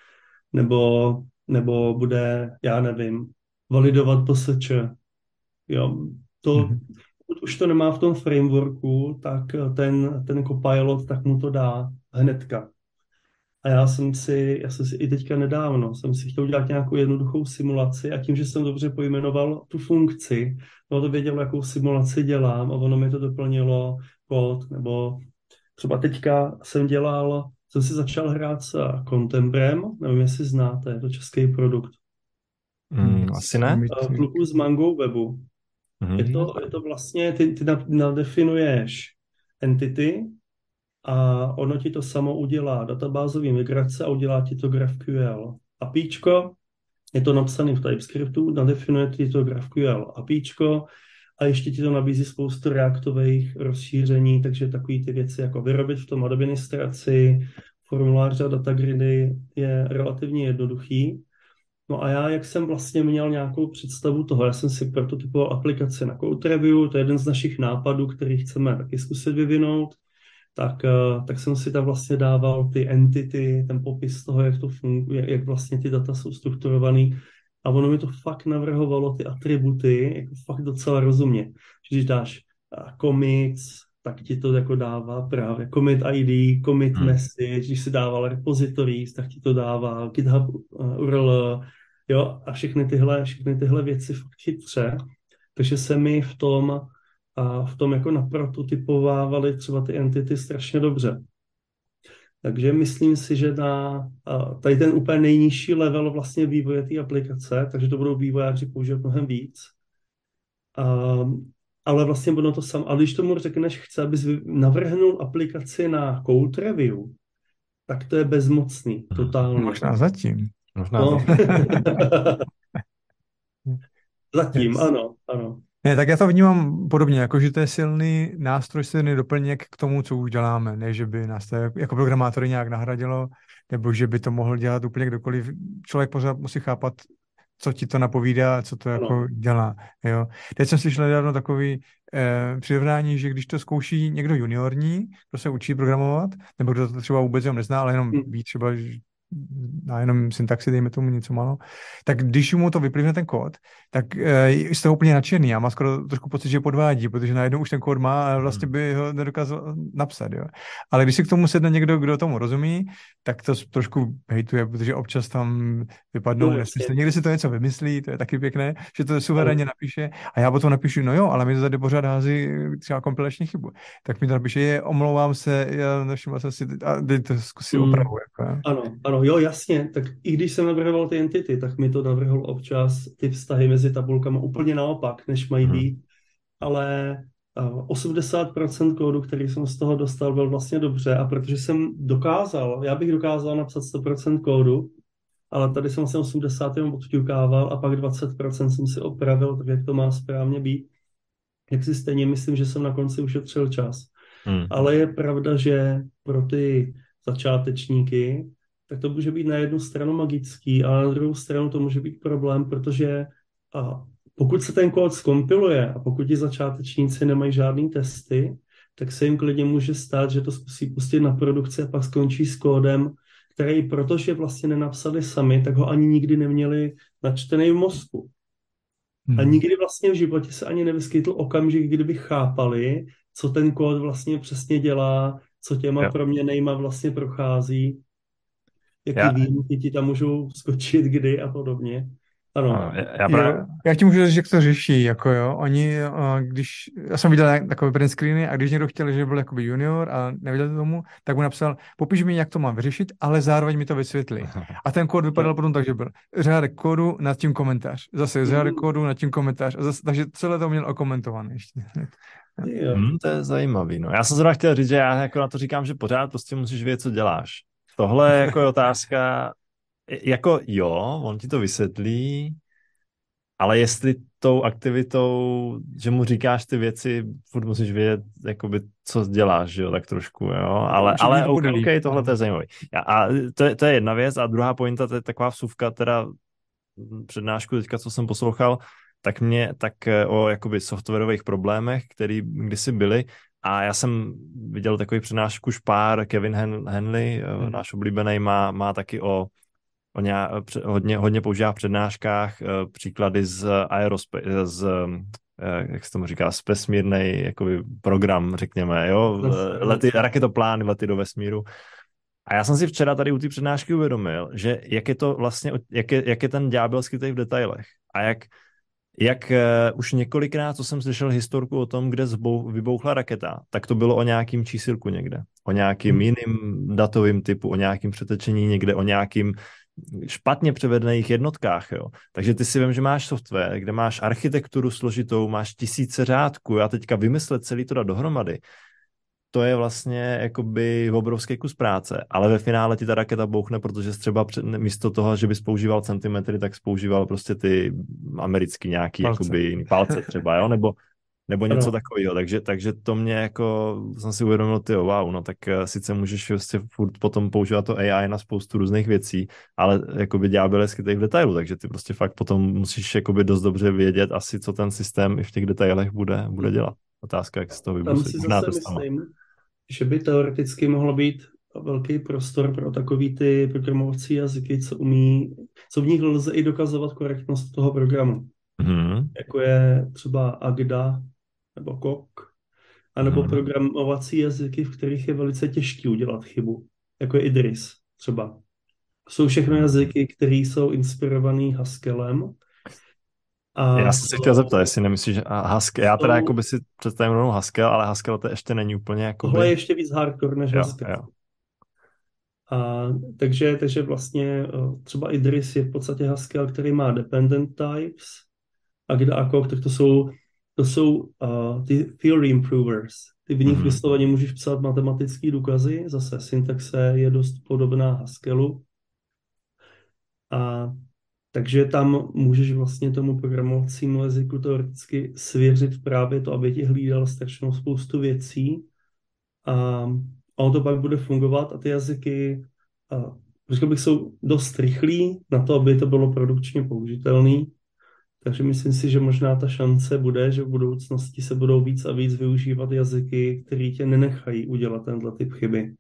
nebo bude, já nevím, validovat PSČ. Jo, už to nemá v tom frameworku, tak ten Copilot tak mu to dá hnedka. A já jsem si i teďka nedávno jsem si chtěl udělat nějakou jednoduchou simulaci a tím, že jsem dobře pojmenoval tu funkci, no to věděl, jakou simulaci dělám, a ono mi to doplnilo kód, nebo třeba teďka jsem si začal hrát s Contemporem, nevím, jestli znáte, je to český produkt. Asi ne. Kluků z Mango Webu. Je to vlastně, ty nadefinuješ entity a ono ti to samo udělá databázový migrace a udělá ti to GraphQL APIčko, je to napsané v TypeScriptu, nadefinuje ti to GraphQL APIčko a ještě ti to nabízí spoustu reaktových rozšíření, takže takový ty věci jako vyrobit v tom administraci, formuláře a datagridy je relativně jednoduchý. No a já, jak jsem vlastně měl nějakou představu toho, já jsem si prototypoval aplikaci na CodeReview, to je jeden z našich nápadů, který chceme taky zkusit vyvinout, tak jsem si tam vlastně dával ty entity, ten popis toho, jak to funguje, jak vlastně ty data jsou strukturovaný, a ono mi to fakt navrhovalo ty atributy jako fakt docela rozumně. Když dáš commits, tak ti to jako dává právě commit ID, commit message, když si dával repositories, tak ti to dává GitHub URL, jo, a všechny tyhle věci fakt chytře. Takže se mi v tom jako naprototypovávaly třeba ty entity strašně dobře. Takže myslím si, že tady ten úplně nejnižší level vlastně vývoje té aplikace, takže to budou vývojáři používat mnohem víc. Ale vlastně ono to sam. A když tomu řekneš, chce, abys navrhnul aplikaci na CodeReview, tak to je bezmocný, totálně. Možná zatím. Možná No, to. zatím, Yes. ano, ano. Ne, tak já to vnímám podobně, jako že to je silný nástroj, silný doplněk k tomu, co už děláme. Ne, že by nás to jako programátory nějak nahradilo, nebo že by to mohl dělat úplně kdokoliv. Člověk pořád musí chápat, co ti to napovídá, co to Ano. jako dělá. Jo. Teď jsem slyšel nedávno takový přirovnání, že když to zkouší někdo juniorní, kdo se učí programovat, nebo kdo to třeba vůbec jenom nezná, ale jenom Hm. ví třeba, na jenom syntaxi, dejme tomu něco málo, tak když mu to vyplivne ten kód, tak je z toho úplně nadšený a má skoro trošku pocit, že podvádí, protože najednou už ten kód má a vlastně by ho nedokázal napsat. Jo. Ale když si k tomu sedne někdo, kdo tomu rozumí, tak to trošku hejtuje, protože občas tam vypadnou No, jasně. nesmysly. Někdy si to něco vymyslí, to je taky pěkné, že to Ano. suverénně napíše a já potom napíšu, no jo, ale mi to tady pořád hází třeba kompilační chybu. Tak mi to napíše, omlouvám se, já nevšiml jsem si, a teď to zkusí Mm. opravu. Jako. Ano, ano, jo, jasně. Tak i když jsem navrhoval ty entity, tak mi to navrhl občas ty vztahy mezi tabulkama úplně naopak, než mají být. Ale 80% kódu, který jsem z toho dostal, byl vlastně dobře. A protože jsem dokázal, já bych dokázal napsat 100% kódu, ale tady jsem vlastně 80 jenom odťukával a pak 20% jsem si opravil, tak jak to má správně být. Jak si stejně myslím, že jsem na konci ušetřil čas. Ale je pravda, že pro ty začátečníky, tak to může být na jednu stranu magický, ale na druhou stranu to může být problém, protože pokud se ten kód zkompiluje a pokud ti začátečníci nemají žádný testy, tak se jim klidně může stát, že to zkusí pustit na produkci a pak skončí s kódem, který, protože vlastně nenapsali sami, tak ho ani nikdy neměli načtený v mozku. A nikdy vlastně v životě se ani nevyskytl okamžik, kdyby chápali, co ten kód vlastně přesně dělá, co těma proměnejma vlastně prochází, jaký výjimky ti tam můžou skočit, kdy a podobně. Ano. Já ti můžu říct, že to řeší, jako jo, oni, když, já jsem viděl takové print screeny a když někdo chtěl, že byl jakoby junior a nevěděl to tomu, tak mu napsal, popiš mi, jak to mám vyřešit, ale zároveň mi to vysvětlí. A ten kód vypadal potom tak, že byl řádek kódu, nad tím komentář, zase řádek kódu, nad tím komentář, a zase, takže celé to měl okomentované ještě. To je zajímavý, no. Já jsem zrovna chtěl říct, že já jako na to říkám, že pořád prostě musíš vědět, co děláš. Tohle jako je otázka, jako jo, on ti to vysvětlí, ale jestli tou aktivitou, že mu říkáš ty věci, furt musíš vědět, jakoby, co děláš, že jo, tak trošku, jo, ale OK, tohle to je zajímavý. A to je jedna věc a druhá pointa, to je taková vsuvka, teda přednášku teďka, co jsem poslouchal, tak o jakoby softwarových problémech, který kdysi byly, a já jsem viděl takový přednášku Špár, Kevin Henley, náš oblíbený, má taky hodně používá v přednáškách příklady z aerospace, jak se tomu říká, vesmírnej jakoby program, řekněme, jo, raketoplány, lety do vesmíru. A já jsem si včera tady u té přednášky uvědomil, že jak je to vlastně, jak je ten ďábel skrytý v detailech a jak už několikrát, co jsem slyšel historku o tom, kde vybouchla raketa, tak to bylo o nějakým čísilku někde, o nějakým jiným datovým typu, o nějakým přetečení někde, o nějakým špatně převedených jednotkách, jo. Takže ty si vím, že máš software, kde máš architekturu složitou, máš tisíce řádků a teďka vymyslet celý to dát dohromady, to je vlastně jakoby obrovský kus práce, ale ve finále ti ta raketa bouchne, protože třeba místo toho, že bys používal centimetry, tak jsi používal prostě ty americký nějaký jakoby palce třeba, jo, nebo něco takového, takže to mě jako, jsem si uvědomil, wow, no tak sice můžeš vlastně furt potom používat to AI na spoustu různých věcí, ale jakoby ďábel je skrytý v detailu, takže ty prostě fakt potom musíš jakoby dost dobře vědět asi, co ten systém i v těch detailech bude dělat. Otázka, jak se to vybusí. Tam si zase myslím, že by teoreticky mohlo být velký prostor pro takový ty programovací jazyky, co v nich lze i dokazovat korektnost toho programu. Jako je třeba Agda nebo Kok, anebo programovací jazyky, v kterých je velice těžké udělat chybu, jako je Idris třeba. Jsou všechno jazyky, které jsou inspirovaný Haskellem. Já jsem se chtěl zeptat, jestli nemyslíš, že Haskell, já teda jako by si představím rovnou Haskell, ale Haskell to ještě není úplně jako. Tohle je ještě víc hardcore než Haskell. Jo. Takže vlastně třeba Idris je v podstatě Haskell, který má dependent types, a Agda a Kok, tak to jsou ty theory improvers. Ty v nich vysloveně můžeš psát matematické důkazy, zase syntaxe je dost podobná Haskellu. A takže tam můžeš vlastně tomu programovacímu jazyku teoreticky svěřit právě to, aby ti hlídal strašnou spoustu věcí a ono to pak bude fungovat a ty jazyky, řekl bych, jsou dost rychlí na to, aby to bylo produkčně použitelný. Takže myslím si, že možná ta šance bude, že v budoucnosti se budou víc a víc využívat jazyky, které tě nenechají udělat tenhle typ chyby.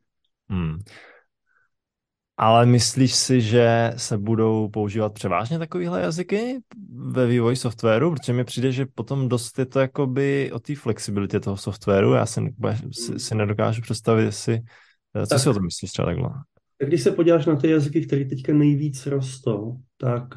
Ale myslíš si, že se budou používat převážně takovéhle jazyky ve vývoji softwaru? Protože mi přijde, že potom dost je to jakoby o té flexibilitě toho softwaru. Já si nedokážu představit, co si o Tak, tom myslíš třeba takhle? když se podíváš na ty jazyky, které teďka nejvíc rostou, tak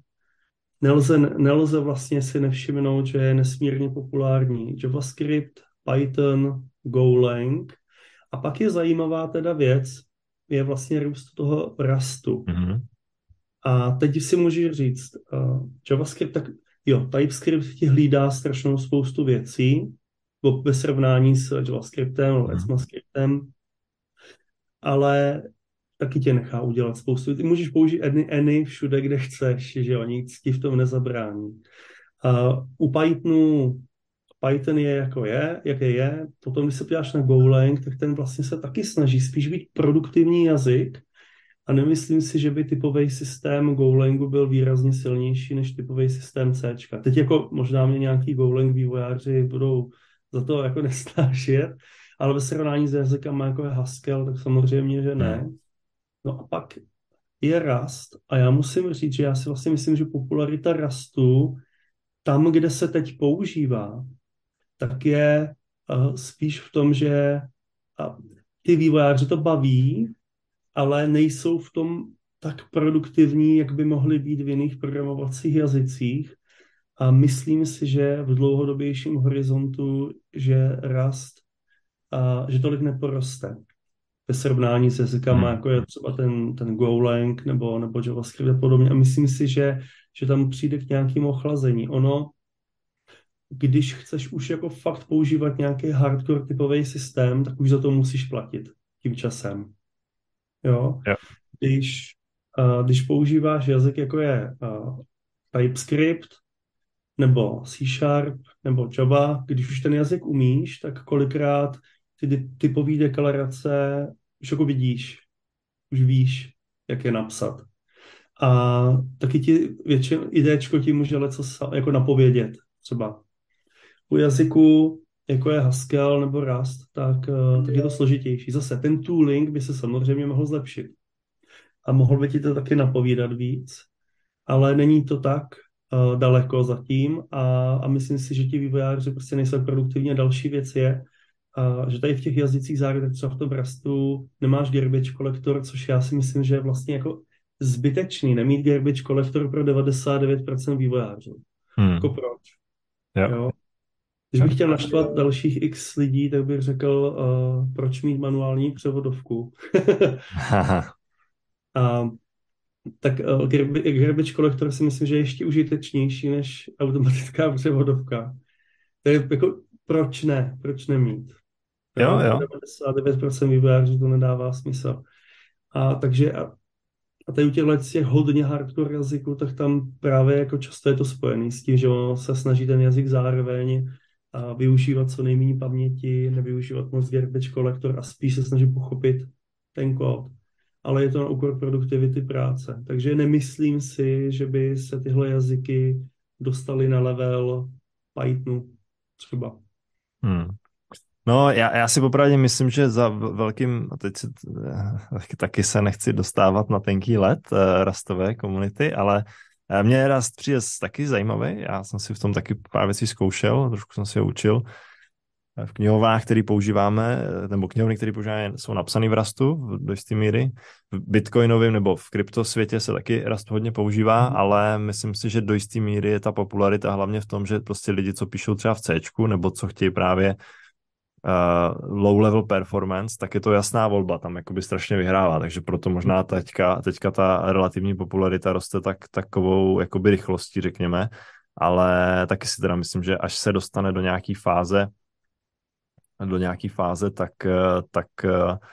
nelze vlastně si nevšimnout, že je nesmírně populární JavaScript, Python, Golang. A pak je zajímavá teda věc, je vlastně růst toho Rustu. Mm-hmm. A teď si můžeš říct, JavaScript, tak jo, TypeScript ti hlídá strašnou spoustu věcí, ve srovnání s JavaScriptem nebo ECMAScriptem, ale taky tě nechá udělat spoustu. Ty můžeš použít any všude, kde chceš, že jo, nic ti v tom nezabrání. U Pythonu Python je, jaký je. Potom, když se podíváš na Golang, tak ten vlastně se taky snaží spíš být produktivní jazyk a nemyslím si, že by typový systém Golangu byl výrazně silnější než typový systém C. Teď jako možná mě nějaký Golang vývojáři budou za to jako nesnášet, ale ve srovnání s jazykama jako je Haskell, tak samozřejmě, že ne. No a pak je Rust a já musím říct, že já si vlastně myslím, že popularita Rustu tam, kde se teď používá, tak je spíš v tom, že ty vývojáři to baví, ale nejsou v tom tak produktivní, jak by mohly být v jiných programovacích jazycích. A myslím si, že v dlouhodobějším horizontu, že Rust, že tolik neporoste ve srovnání s jazykama, jako je třeba ten Golang nebo JavaScript a podobně. A myslím si, že tam přijde k nějakému ochlazení. Ono, když chceš už jako fakt používat nějaký hardcore typový systém, tak už za to musíš platit tím časem. Jo? Jo. Když používáš jazyk, jako je TypeScript, nebo C# nebo Java, když už ten jazyk umíš, tak kolikrát ty typové deklarace už jako vidíš, už víš, jak je napsat. A taky ti IDčko ti může leco jako napovědět třeba. U jazyku, jako je Haskell nebo Rust, tak je to složitější. Zase ten tooling by se samozřejmě mohl zlepšit. A mohl by ti to taky napovídat víc, ale není to tak daleko zatím a myslím si, že ti vývojáři prostě nejsou produktivní. A další věc je, že tady v těch jazycích zároveň třeba v tom Rustu nemáš garbage collector, což já si myslím, že je vlastně jako zbytečný nemít garbage collector pro 99% vývojářů. Jako proč? Jo? Když bych chtěl naštvat dalších x lidí, tak bych řekl, proč mít manuální převodovku. Tak garbage collector si myslím, že je ještě užitečnější než automatická převodovka. To je jako, proč nemít? Jo. 99% vývojářů to nedává smysl. Takže tady u těch hodně hardcore jazyků, tak tam právě jako často je to spojený s tím, že on se snaží ten jazyk zároveň využívat co nejméně paměti, nevyužívat moc garbage collector a spíš se snaží pochopit ten kód. Ale je to na úkor produktivity práce. Takže nemyslím si, že by se tyhle jazyky dostaly na level Pythonu třeba. No, já si popravdě myslím, že za velkým, a teď taky se nechci dostávat na tenký led Rustové komunity, ale mě Rust přijde taky zajímavý. Já jsem si v tom taky pár věcí zkoušel, trošku jsem si ho učil. V knihovách, které používáme, nebo knihovny, které používáme, jsou napsané v Rustu do jisté míry. V bitcoinovém nebo v kryptosvětě se taky Rust hodně používá, ale myslím si, že do jisté míry je ta popularita hlavně v tom, že prostě lidi, co píšou třeba v Cčku, nebo co chtějí právě low-level performance, tak je to jasná volba, tam jakoby strašně vyhrává, takže proto možná teďka ta relativní popularita roste takovou jakoby rychlostí, řekněme, ale taky si teda myslím, že až se dostane do nějaký fáze, tak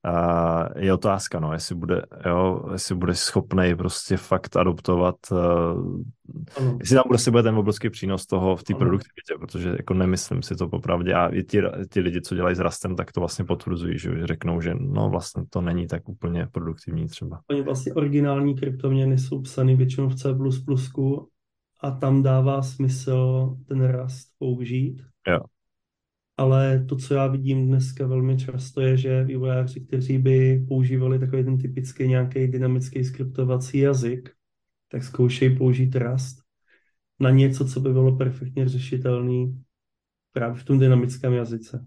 Je otázka, no, jestli bude schopnej prostě fakt adoptovat, Ano, jestli tam prostě bude ten obrovský přínos toho v té ano. produktivitě, protože jako nemyslím si to popravdě a i ti lidi, co dělají s Rustem, tak to vlastně potvrzují, že řeknou, že no vlastně to není tak úplně produktivní třeba. Oni vlastně originální kryptoměny jsou psány většinou v C++ a tam dává smysl ten Rust použít. Jo. Ale to, co já vidím dneska velmi často, je, že vývojáři, kteří by používali takový ten typický nějaký dynamický skriptovací jazyk, tak zkoušejí použít Rust na něco, co by bylo perfektně řešitelné právě v tom dynamickém jazyce.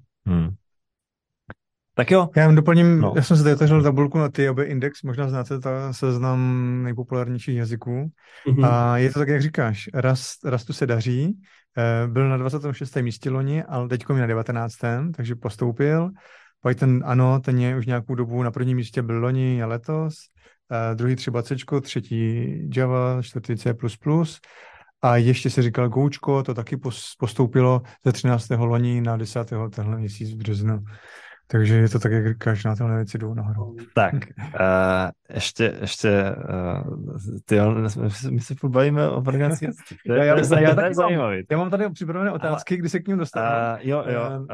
Tak jo. Já jen doplním, No. já jsem si tady otevřel tabulku na TIOB Index, možná znáte ta seznam nejpopulárnějších jazyků. A je to tak, jak říkáš, Rustu se daří, byl na 26. místě loni, ale teď je na 19., takže postoupil. Python, ano, ten je už nějakou dobu na prvním místě, byl loni a letos. Druhý třeba C, třetí Java, čtvrtý C++. A ještě se říkal Goučko, to taky postoupilo ze 13. loni na 10. tenhle měsíc v březnu. Takže je to tak, jak říkáš, na tyhle věci jdou nahoru. Tak, ještě my se pobavíme o organizaci. To je zajímavý. Já mám tady připravené otázky, kdy se k ním dostaneme. Jo.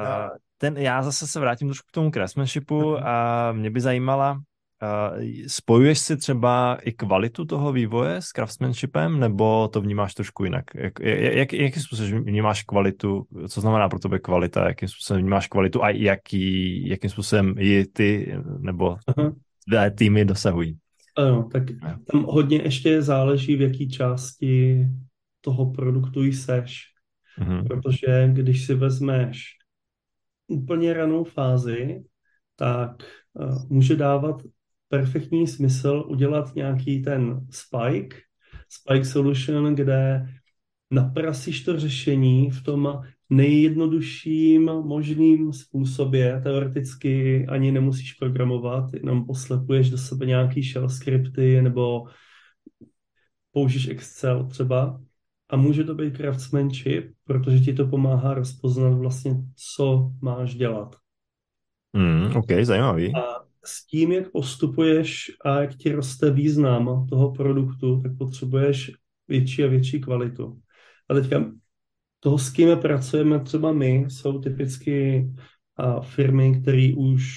Já zase se vrátím trošku k tomu craftsmanshipu a mě by zajímala, spojuješ si třeba i kvalitu toho vývoje s craftsmanshipem, nebo to vnímáš trošku jinak? Jakým způsobem vnímáš kvalitu? Co znamená pro tebe kvalita? Jakým způsobem vnímáš kvalitu a jakým způsobem ji ty nebo týmy dosahují? Ano, tak tam hodně ještě záleží, v jaký části toho produktu jseš. Protože když si vezmeš úplně ranou fázi, tak může dávat perfektní smysl udělat nějaký ten spike solution, kde naprasíš to řešení v tom nejjednodušším možným způsobě. Teoreticky ani nemusíš programovat, jenom poslepuješ do sebe nějaký shell skripty nebo použiješ Excel třeba. A může to být craftsmanship, protože ti to pomáhá rozpoznat vlastně, co máš dělat. OK, zajímavý. A s tím, jak postupuješ a jak ti roste význam toho produktu, tak potřebuješ větší a větší kvalitu. A teďka toho, s kým pracujeme třeba my, jsou typicky firmy, které už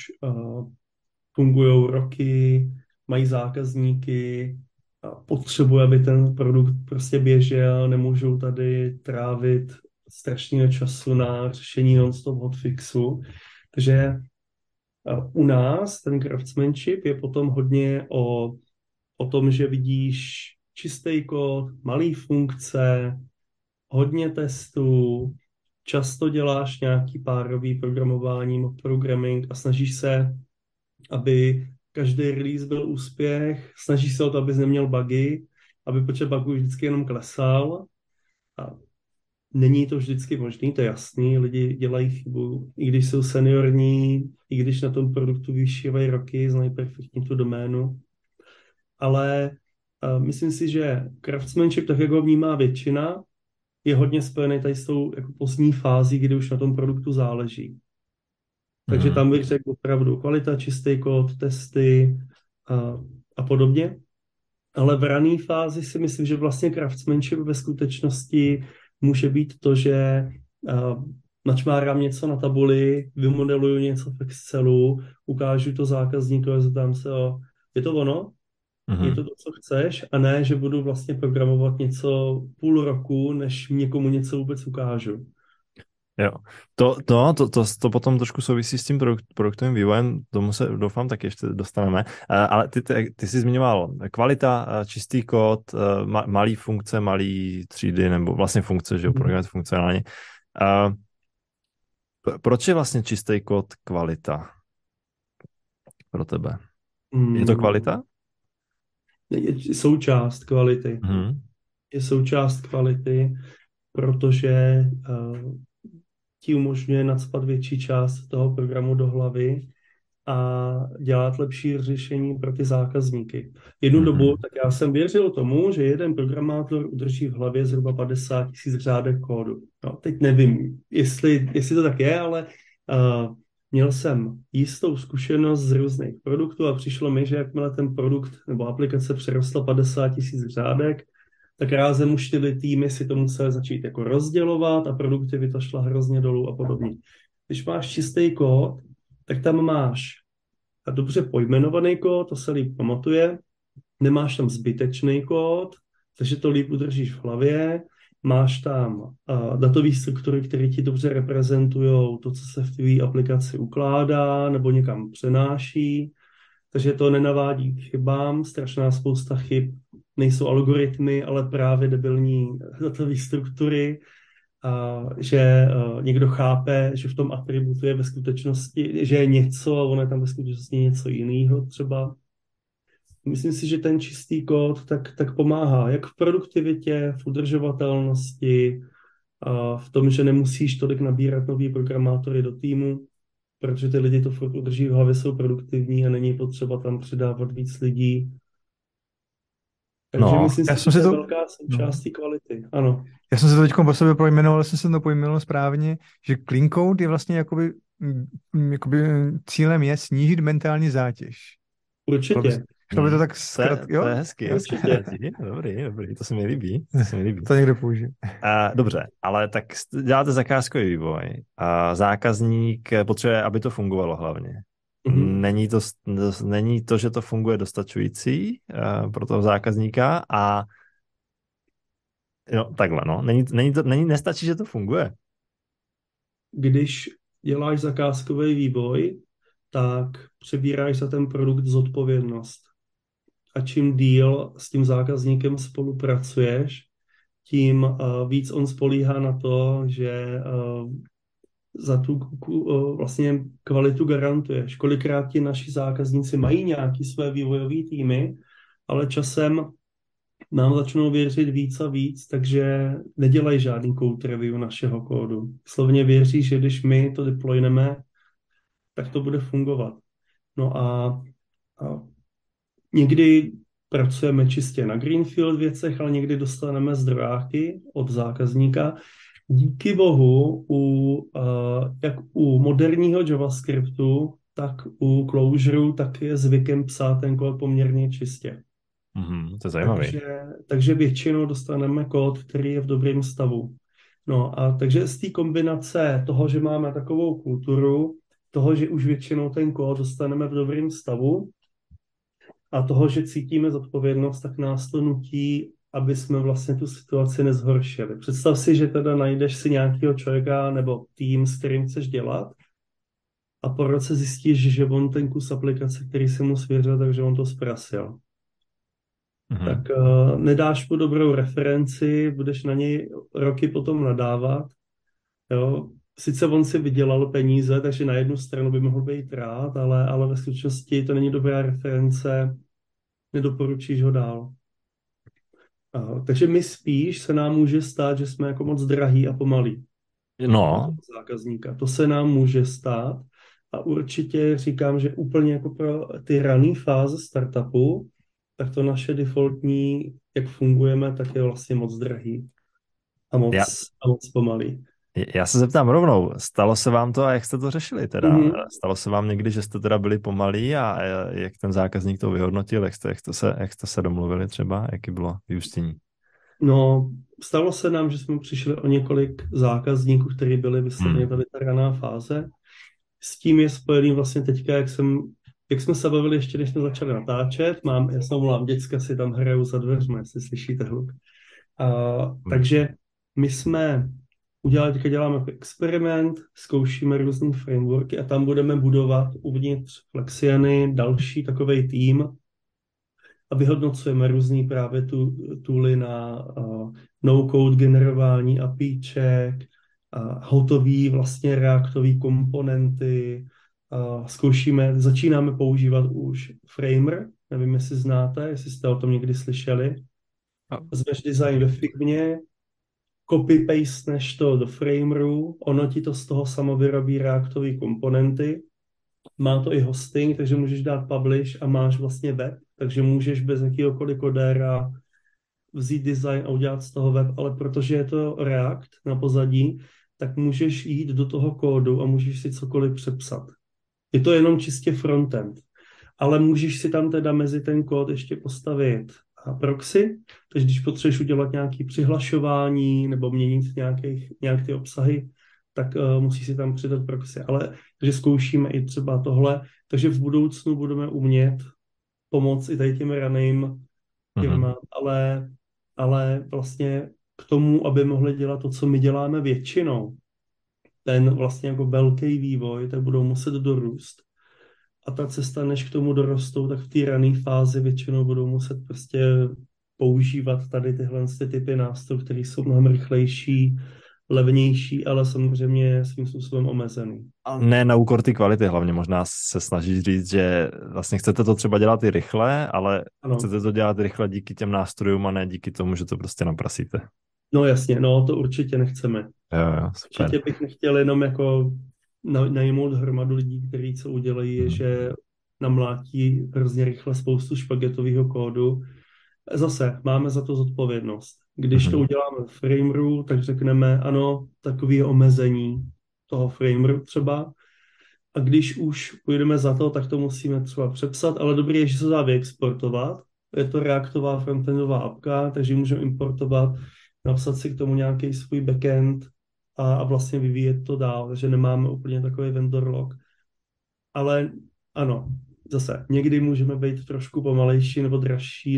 fungují roky, mají zákazníky, potřebují, aby ten produkt prostě běžel, nemůžou tady trávit strašného času na řešení non-stop hotfixu. Takže u nás ten craftsmanship je potom hodně o tom, že vidíš čistý kód, malý funkce, hodně testů, často děláš nějaký párový programování, mock programming a snažíš se, aby každý release byl úspěch, snažíš se o to, abys neměl bugy, aby počet bugů vždycky jenom klesal. A není to vždycky možný, to je jasný, lidi dělají chybu, i když jsou seniorní, i když na tom produktu vyšívají roky, znají perfektně tu doménu. Ale myslím si, že craftsmanship, tak jak ho vnímá většina, je hodně spojený tady s tou jako pozdní fází, kdy už na tom produktu záleží. Takže tam bych řekl opravdu kvalita, čistý kód, testy a podobně. Ale v rané fázi si myslím, že vlastně craftsmanship ve skutečnosti může být to, že načmárám něco na tabuli, vymodeluju něco v Excelu, ukážu to zákazníkovi, zeptám se, je to ono? Je to to, co chceš? A ne, že budu vlastně programovat něco půl roku, než někomu něco vůbec ukážu. Jo, to potom trošku souvisí s tím produktovým vývojem, tomu se doufám taky ještě dostaneme, ale ty jsi zmiňoval kvalita, čistý kód, malý funkce, malý třídy, nebo vlastně funkce, že jo, programovat funkcionálně. Proč je vlastně čistý kód kvalita pro tebe? Je to kvalita? Je součást kvality. Je součást kvality, protože ti umožňuje nacpat větší část toho programu do hlavy a dělat lepší řešení pro ty zákazníky. Jednu dobu, tak já jsem věřil tomu, že jeden programátor udrží v hlavě zhruba 50 000 řádek kódu. No, teď nevím, jestli to tak je, ale měl jsem jistou zkušenost z různých produktů a přišlo mi, že jakmile ten produkt nebo aplikace přerostla 50 000 řádek, tak rázem už ty týmy si to musely začít jako rozdělovat a produktivita šla hrozně dolů a podobně. Když máš čistý kód, tak tam máš dobře pojmenovaný kód, to se líp pamatuje, nemáš tam zbytečný kód, takže to líp udržíš v hlavě, máš tam datové struktury, které ti dobře reprezentují to, co se v tvé aplikaci ukládá nebo někam přenáší, takže to nenavádí k chybám, strašná spousta chyb, nejsou algoritmy, ale právě debilní datové struktury, že někdo chápe, že v tom atributu je ve skutečnosti, že je něco a ono je tam ve skutečnosti něco jiného třeba. Myslím si, že ten čistý kód tak pomáhá jak v produktivitě, v udržovatelnosti, v tom, že nemusíš tolik nabírat nový programátory do týmu, protože ty lidi to furt udrží v hlavě, jsou produktivní a není potřeba tam přidávat víc lidí. Takže No, myslím si, že to je velká součást té kvality. Ano. Já jsem se to teď po sobě pojmenoval, jsem se to pojmenoval správně, že clean code je vlastně jakoby cílem je snížit mentální zátěž. Určitě. Šlo by to tak to je hezky. Dobrý, to se mi líbí. To někdo použije. Dobře, ale tak děláte zakázkový vývoj a zákazník potřebuje, aby to fungovalo hlavně. Mm-hmm. Není to, že to funguje dostačující pro toho zákazníka a takhle, nestačí, že to funguje. Když děláš zakázkový vývoj, tak přebíráš za ten produkt zodpovědnost. A čím díl s tím zákazníkem spolupracuješ, tím víc on spolíhá na to, že za tu vlastně kvalitu garantuješ. Kolikrát ti naši zákazníci mají nějaký své vývojové týmy, ale časem nám začnou věřit víc a víc, takže nedělají žádný code review našeho kódu. Slovně věří, že když my to deployneme, tak to bude fungovat. No a někdy pracujeme čistě na greenfield věcech, ale někdy dostaneme zdrojáky od zákazníka. Díky bohu, jak u moderního JavaScriptu, tak u Clojureu, tak je zvykem psát ten kód poměrně čistě. To je zajímavé. Takže většinou dostaneme kód, který je v dobrém stavu. No a takže z té kombinace toho, že máme takovou kulturu, toho, že už většinou ten kód dostaneme v dobrém stavu a toho, že cítíme zodpovědnost, tak nás to nutí, aby jsme vlastně tu situaci nezhoršili. Představ si, že teda najdeš si nějakého člověka nebo tým, s kterým chceš dělat a po roce zjistíš, že on ten kus aplikace, který si mu svěřil, takže on to zprasil. Mm-hmm. Tak nedáš mu dobrou referenci, budeš na něj roky potom nadávat. Jo? Sice on si vydělal peníze, takže na jednu stranu by mohl být rád, ale ve skutečnosti to není dobrá reference, nedoporučíš ho dál. Takže my spíš se nám může stát, že jsme jako moc drahý a pomalí. No. Zákazníka. To se nám může stát a určitě říkám, že úplně jako pro ty rané fáze startupu, tak to naše defaultní, jak fungujeme, tak je vlastně moc drahý a moc pomalý. Já se zeptám rovnou, stalo se vám to a jak jste to řešili teda? Mm-hmm. Stalo se vám někdy, že jste teda byli pomalí a jak ten zákazník to vyhodnotil, jak jste se domluvili třeba, jaký bylo vyústění? No, stalo se nám, že jsme přišli o několik zákazníků, kteří byli vysloveně tady ta raná fáze. S tím je spojený vlastně teďka, jak jsme se bavili ještě, než jsme začali natáčet, já se omlouvám, děcka si tam hrajou za dveřma, jestli slyšíte hluk. Takže my jsme teďka děláme experiment, zkoušíme různý frameworky a tam budeme budovat uvnitř Flexiany další takovej tým a vyhodnocujeme různý právě tooly na no-code generování APIček, hotový vlastně reaktový komponenty, začínáme používat už Framer, nevím, jestli znáte, jestli jste o tom někdy slyšeli. Vezmeš design ve Figmě, copy-pasteneš to do Frameru, ono ti to z toho samo vyrobí reaktový komponenty, má to i hosting, takže můžeš dát publish a máš vlastně web, takže můžeš bez jakýhokoliv kodéra vzít design a udělat z toho web, ale protože je to React na pozadí, tak můžeš jít do toho kódu a můžeš si cokoliv přepsat. Je to jenom čistě frontend. Ale můžeš si tam teda mezi ten kód ještě postavit proxy, takže když potřebuješ udělat nějaké přihlašování nebo měnit nějak ty obsahy, tak musíš si tam přidat proxy. Takže zkoušíme i třeba tohle, takže v budoucnu budeme umět pomoct i tady těm raným firmám, ale vlastně k tomu, aby mohli dělat to, co my děláme většinou, ten vlastně jako velký vývoj, tak budou muset dorůst. A ta cesta, než k tomu dorostou, tak v té rané fázi většinou budou muset prostě používat tady tyhle typy nástrojů, které jsou mnohem rychlejší, levnější, ale samozřejmě svým způsobem omezený. A ne na úkor ty kvality, hlavně možná se snažíš říct, že vlastně chcete to třeba dělat i rychle, ale Ano. chcete to dělat rychle díky těm nástrojům a ne díky tomu, že to prostě naprasíte. No jasně, no to určitě nechceme. Jo, super. Určitě bych nechtěl jenom jako najmout hromadu lidí, kteří co udělají, je, že namlátí hrozně rychle spoustu špagetového kódu. Zase máme za to zodpovědnost. Když to uděláme v Frameru, tak řekneme, ano, takové omezení toho Frameru třeba. A když už půjdeme za to, tak to musíme třeba přepsat, ale dobrý je, že se dá vyexportovat. Je to reaktová frontendová apka, takže můžeme importovat, napsat si k tomu nějaký svůj backend a vlastně vyvíjet to dál, takže nemáme úplně takový vendor lock. Ale ano, zase, někdy můžeme být trošku pomalejší nebo dražší,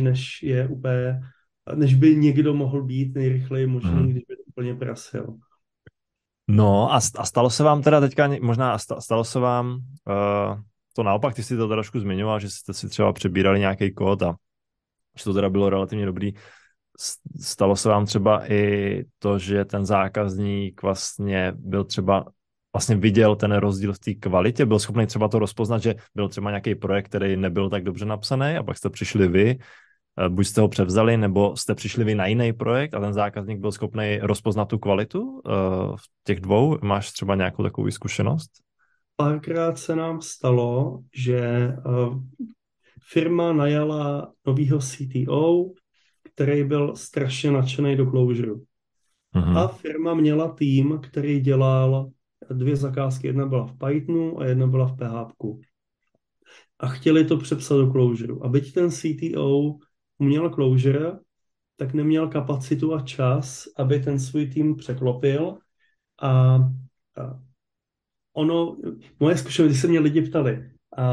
než by někdo mohl být nejrychleji možný, když by to úplně prasil. No a stalo se vám teda teďka, možná stalo se vám to naopak, ty jsi to trošku zmiňoval, že jste si třeba přebírali nějaký kód a že to teda bylo relativně dobrý. Stalo se vám třeba i to, že ten zákazník vlastně byl třeba vlastně viděl ten rozdíl v té kvalitě, byl schopný třeba to rozpoznat, že byl třeba nějaký projekt, který nebyl tak dobře napsaný a pak jste přišli vy, buď jste ho převzali, nebo jste přišli vy na jiný projekt a ten zákazník byl schopný rozpoznat tu kvalitu v těch dvou. Máš třeba nějakou takovou zkušenost? Párkrát se nám stalo, že firma najala novýho CTO, který byl strašně nadšený do Clojure. A firma měla tým, který dělal 2 zakázky. Jedna byla v Pythonu a jedna byla v PHP. A chtěli to přepsat do Clojure. A byť ten CTO uměl Clojure, tak neměl kapacitu a čas, aby ten svůj tým překlopil. A moje zkušenost, když se mě lidi ptali,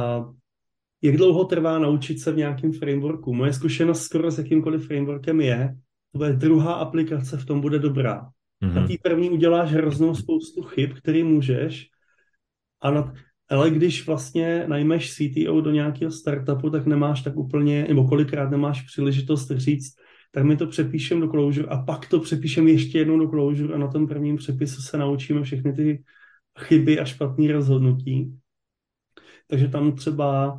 jak dlouho trvá naučit se v nějakém frameworku. Moje zkušenost skoro s jakýmkoliv frameworkem je, tvoje druhá aplikace v tom bude dobrá. Na té první uděláš hroznou spoustu chyb, který můžeš, ale když vlastně najmeš CTO do nějakého startupu, tak nemáš tak úplně, nebo kolikrát nemáš příležitost říct, tak my to přepíšem do Clojure a pak to přepíšem ještě jednou do Clojure a na tom prvním přepisu se naučíme všechny ty chyby a špatné rozhodnutí. Takže tam třeba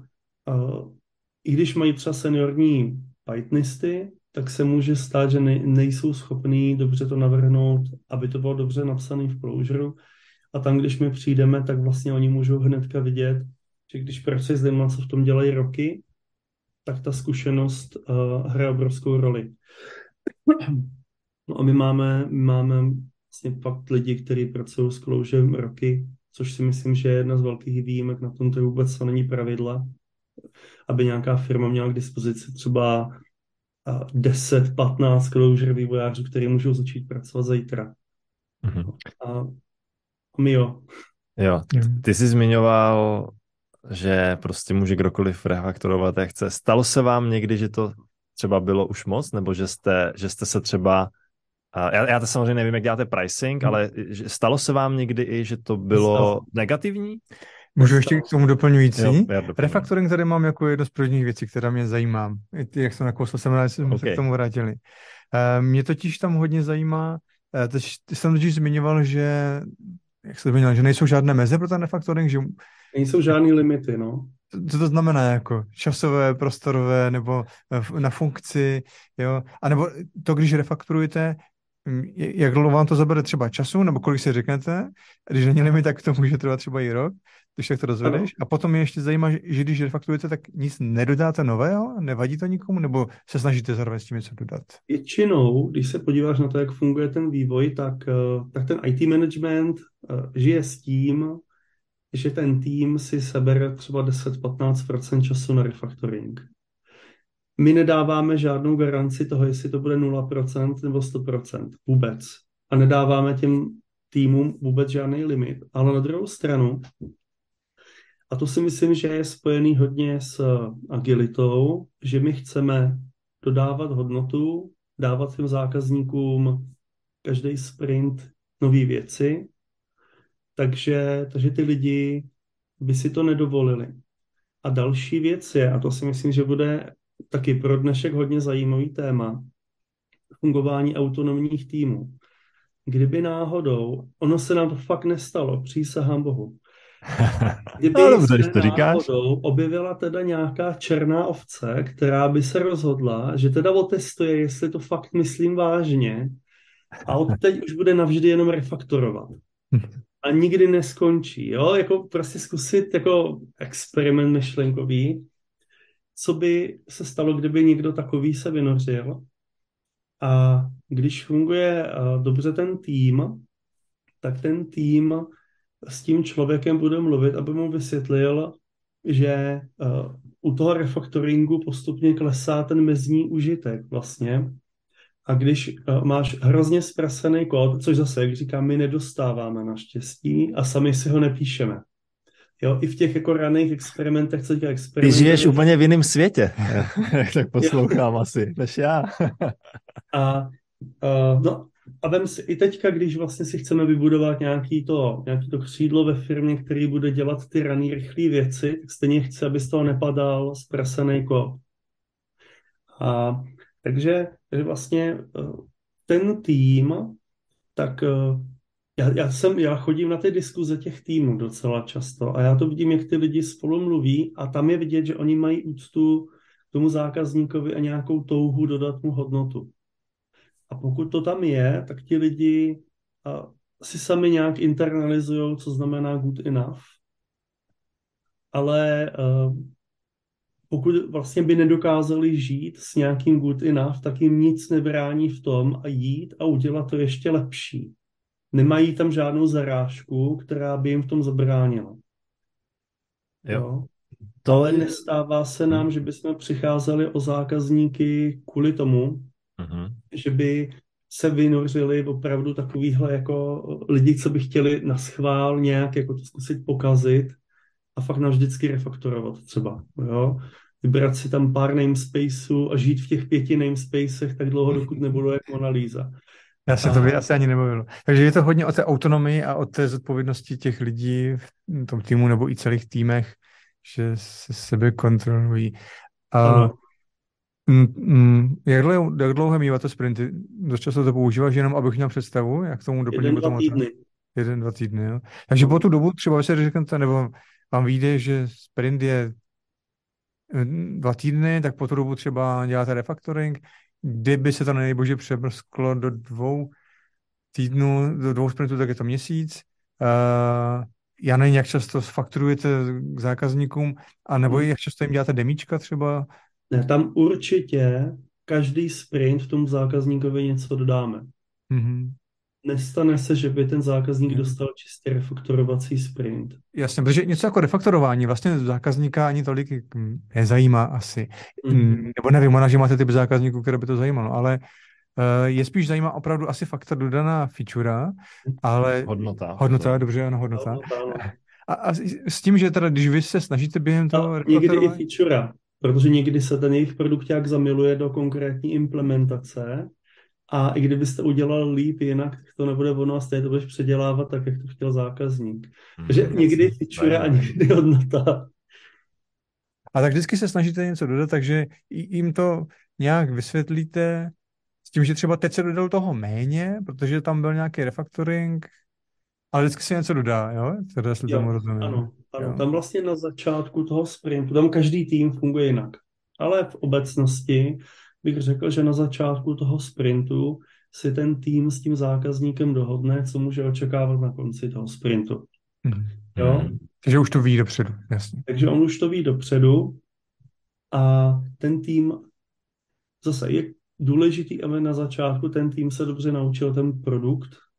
i když mají třeba seniorní Pythonisty, tak se může stát, že nejsou schopní dobře to navrhnout, aby to bylo dobře napsané v Clojure. A tam, když my přijdeme, tak vlastně oni můžou hnedka vidět, že když pracuje s lidmi, co v tom dělají roky, tak ta zkušenost hraje obrovskou roli. No a my máme vlastně fakt lidi, kteří pracují s Clojurem roky, což si myslím, že je jedna z velkých výjimek na tom, to vůbec to není pravidla, aby nějaká firma měla k dispozici třeba 10-15 Clojure vývojářů, kteří můžou začít pracovat zítra. A my jo. Jo, ty jsi zmiňoval, že prostě může kdokoliv refaktorovat, jak chce. Stalo se vám někdy, že to třeba bylo už moc, nebo že jste se třeba... Já to samozřejmě nevím, jak děláte pricing, ale stalo se vám někdy i, že to bylo negativní? Můžu ještě k tomu doplňující? Jo, Refactoring tady mám jako jedno z prvních věcí, která mě zajímá. Jak jsem nakousl, jsem rád, že jsme se k tomu vrátili. Mě totiž tam hodně zajímá, ty jsem totiž zmiňoval, že že nejsou žádné meze pro ten refactoring, že... Nejsou žádné limity, no. Co to znamená jako časové, prostorové, nebo na funkci, jo? A nebo to, když refaktorujete, jak dlouho vám to zabere třeba času, nebo kolik si řeknete, když není limit, tak to může trvat třeba i rok, když tak to rozvedeš. A potom mě ještě zajímá, že když refaktorujete, tak nic nedodáte nového, nevadí to nikomu, nebo se snažíte zároveň s tím něco dodat? Většinou, když se podíváš na to, jak funguje ten vývoj, tak ten IT management žije s tím, že ten tým si sebere třeba 10-15% času na refactoring. My nedáváme žádnou garanci toho, jestli to bude 0% nebo 100%. Vůbec. A nedáváme těm týmům vůbec žádný limit. Ale na druhou stranu, a to si myslím, že je spojený hodně s agilitou, že my chceme dodávat hodnotu, dávat těm zákazníkům každý sprint nové věci, takže ty lidi by si to nedovolili. A další věc je, a to si myslím, že bude taky pro dnešek hodně zajímavý téma, fungování autonomních týmů. Kdyby náhodou, ono se nám to fakt nestalo, přísahám Bohu, kdyby No, dobře, když se to říkáš. náhodou objevila teda nějaká černá ovce, která by se rozhodla, že teda otestuje, jestli to fakt myslím vážně, a od teď už bude navždy jenom refaktorovat. A nikdy neskončí, jo? Jako prostě zkusit jako experiment myšlenkový, co by se stalo, kdyby někdo takový se vynořil. A když funguje dobře ten tým, tak ten tým s tím člověkem bude mluvit, aby mu vysvětlil, že u toho refaktoringu postupně klesá ten mezní užitek vlastně. A když máš hrozně zprasený kód, což zase, jak říkám, my nedostáváme naštěstí a sami si ho nepíšeme. Jo, i v těch jako raných experimentech, co dělá Ty experimenty. žiješ úplně v jiném světě, tak poslouchám asi, než já. No, a vem si, i teďka, když vlastně si chceme vybudovat nějaký to křídlo ve firmě, který bude dělat ty raný rychlé věci, tak stejně chci, aby z toho nepadal zprasený kód. Takže vlastně ten tým, tak já chodím na ty diskuze těch týmů docela často a já to vidím, jak ty lidi spolu mluví a tam je vidět, že oni mají úctu tomu zákazníkovi a nějakou touhu dodat mu hodnotu. A pokud to tam je, tak ti lidi si sami nějak internalizují, co znamená good enough. Ale pokud vlastně by nedokázali žít s nějakým good enough, tak jim nic nebrání v tom a jít a udělat to ještě lepší. Nemají tam žádnou zarážku, která by jim v tom zabránila. Jo. Ale nestává se nám, že bychom přicházeli o zákazníky kvůli tomu, že by se vynořili opravdu takovýhle jako lidi, co by chtěli naschvál nějak jako to zkusit pokazit a fakt navždycky refaktorovat třeba. Jo. Vybrat si tam pár namespaceů a žít v těch 5 namespacech tak dlouho, dokud nebudu jak Mona Lisa. Já se to by asi ani nebavilo. Takže je to hodně o té autonomii a o té zodpovědnosti těch lidí v tom týmu nebo i celých týmech, že se sebe kontrolují. Jak dlouho míváte sprinty? Dost často to používáš jenom, abych měl představu, jak tomu doplním potom. 1-2 týdny. 1-2 týdny, jo. Takže po tu dobu třeba se řeknete, nebo vám vyjde, že sprint je 2 týdny, tak po tu dobu třeba děláte refactoring, kdyby se to nejbože přemrsklo do 2 týdnů, do 2 sprintů, tak je to měsíc. Já nevím, jak často fakturujete k zákazníkům, a nebo jak často jim děláte demíčka třeba? Ne, tam určitě každý sprint v tomu zákazníkovi něco dodáme. Mm-hmm. Nestane se, že by ten zákazník dostal čistě refaktorovací sprint. Jasně, protože něco jako refaktorování vlastně zákazníka ani tolik nezajímá asi. Nebo nevím, možná, že máte typ zákazníků, které by to zajímalo, ale je spíš zajímá opravdu asi fakta dodaná feature, ale hodnota, dobře, ano, hodnota. A s tím, že teda, když vy se snažíte během toho refaktorování... Někdy i feature, protože někdy se ten jejich produkták zamiluje do konkrétní implementace a i kdybyste udělal líp jinak, tak to nebude ono a stejně to budeš předělávat tak, jak to chtěl zákazník. Takže někdy feature a někdy hodnota. A tak vždycky se snažíte něco dodat, takže jim to nějak vysvětlíte s tím, že třeba teď se dodal toho méně, protože tam byl nějaký refactoring, ale vždycky se něco dodá, jo? Teda, jestli tomu rozumím. Ano. Tam vlastně na začátku toho sprintu, tam každý tým funguje jinak. Ale v obecnosti bych řekl, že na začátku toho sprintu si ten tým s tím zákazníkem dohodne, co může očekávat na konci toho sprintu. Jo? Takže už to ví dopředu, jasně. Takže on už to ví dopředu a ten tým, zase je důležitý, aby na začátku ten tým se dobře naučil ten produkt,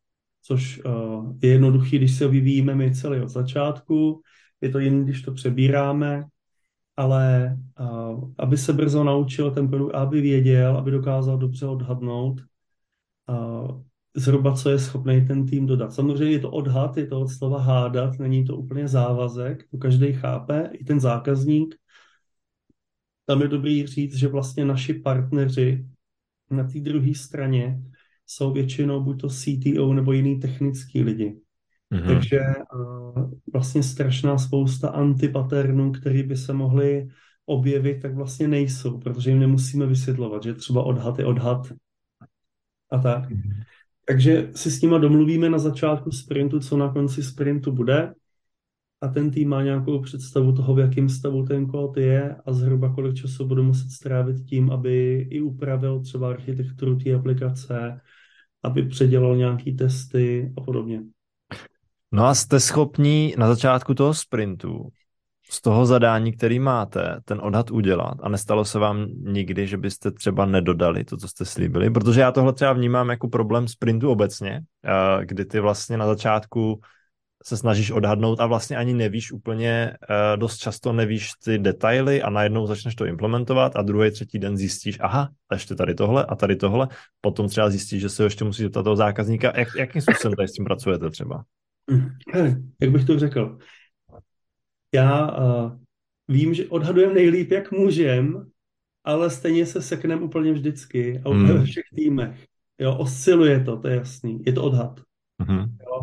což je jednoduchý, když si ho vyvíjíme my celý od začátku, je to jiný, když to přebíráme, ale aby se brzo naučil ten produkt, aby věděl, aby dokázal dobře odhadnout, zhruba co je schopný ten tým dodat. Samozřejmě je to odhad, je to od slova hádat, není to úplně závazek, to každý chápe, i ten zákazník. Tam je dobrý říct, že vlastně naši partneři na té druhé straně jsou většinou buď to CTO nebo jiný technický lidi. Mhm. Takže vlastně strašná spousta antipaternů, které by se mohly objevit, tak vlastně nejsou, protože jim nemusíme vysvětlovat, že třeba odhad je odhad a tak. Takže si s nima domluvíme na začátku sprintu, co na konci sprintu bude, a ten tým má nějakou představu toho, v jakém stavu ten kód je a zhruba kolik času budu muset strávit tím, aby i upravil třeba architekturu té aplikace, aby předělal nějaký testy a podobně. No a jste schopní na začátku toho sprintu z toho zadání, který máte, ten odhad udělat a nestalo se vám nikdy, že byste třeba nedodali to, co jste slíbili? Protože já tohle třeba vnímám jako problém sprintu obecně, kdy ty vlastně na začátku se snažíš odhadnout a vlastně ani nevíš úplně, dost často nevíš ty detaily a najednou začneš to implementovat a druhý, třetí den zjistíš, aha, ještě tady tohle, potom třeba zjistíš, že se ještě musíš zeptat toho zákazníka. Jakým způsobem tady s tím pracujete třeba? Jak bych to řekl? Já vím, že odhadujeme nejlíp, jak můžem, ale stejně se sekneme úplně vždycky a úplně ve všech týmech. Jo, osciluje to je jasný. Je to odhad. Jo,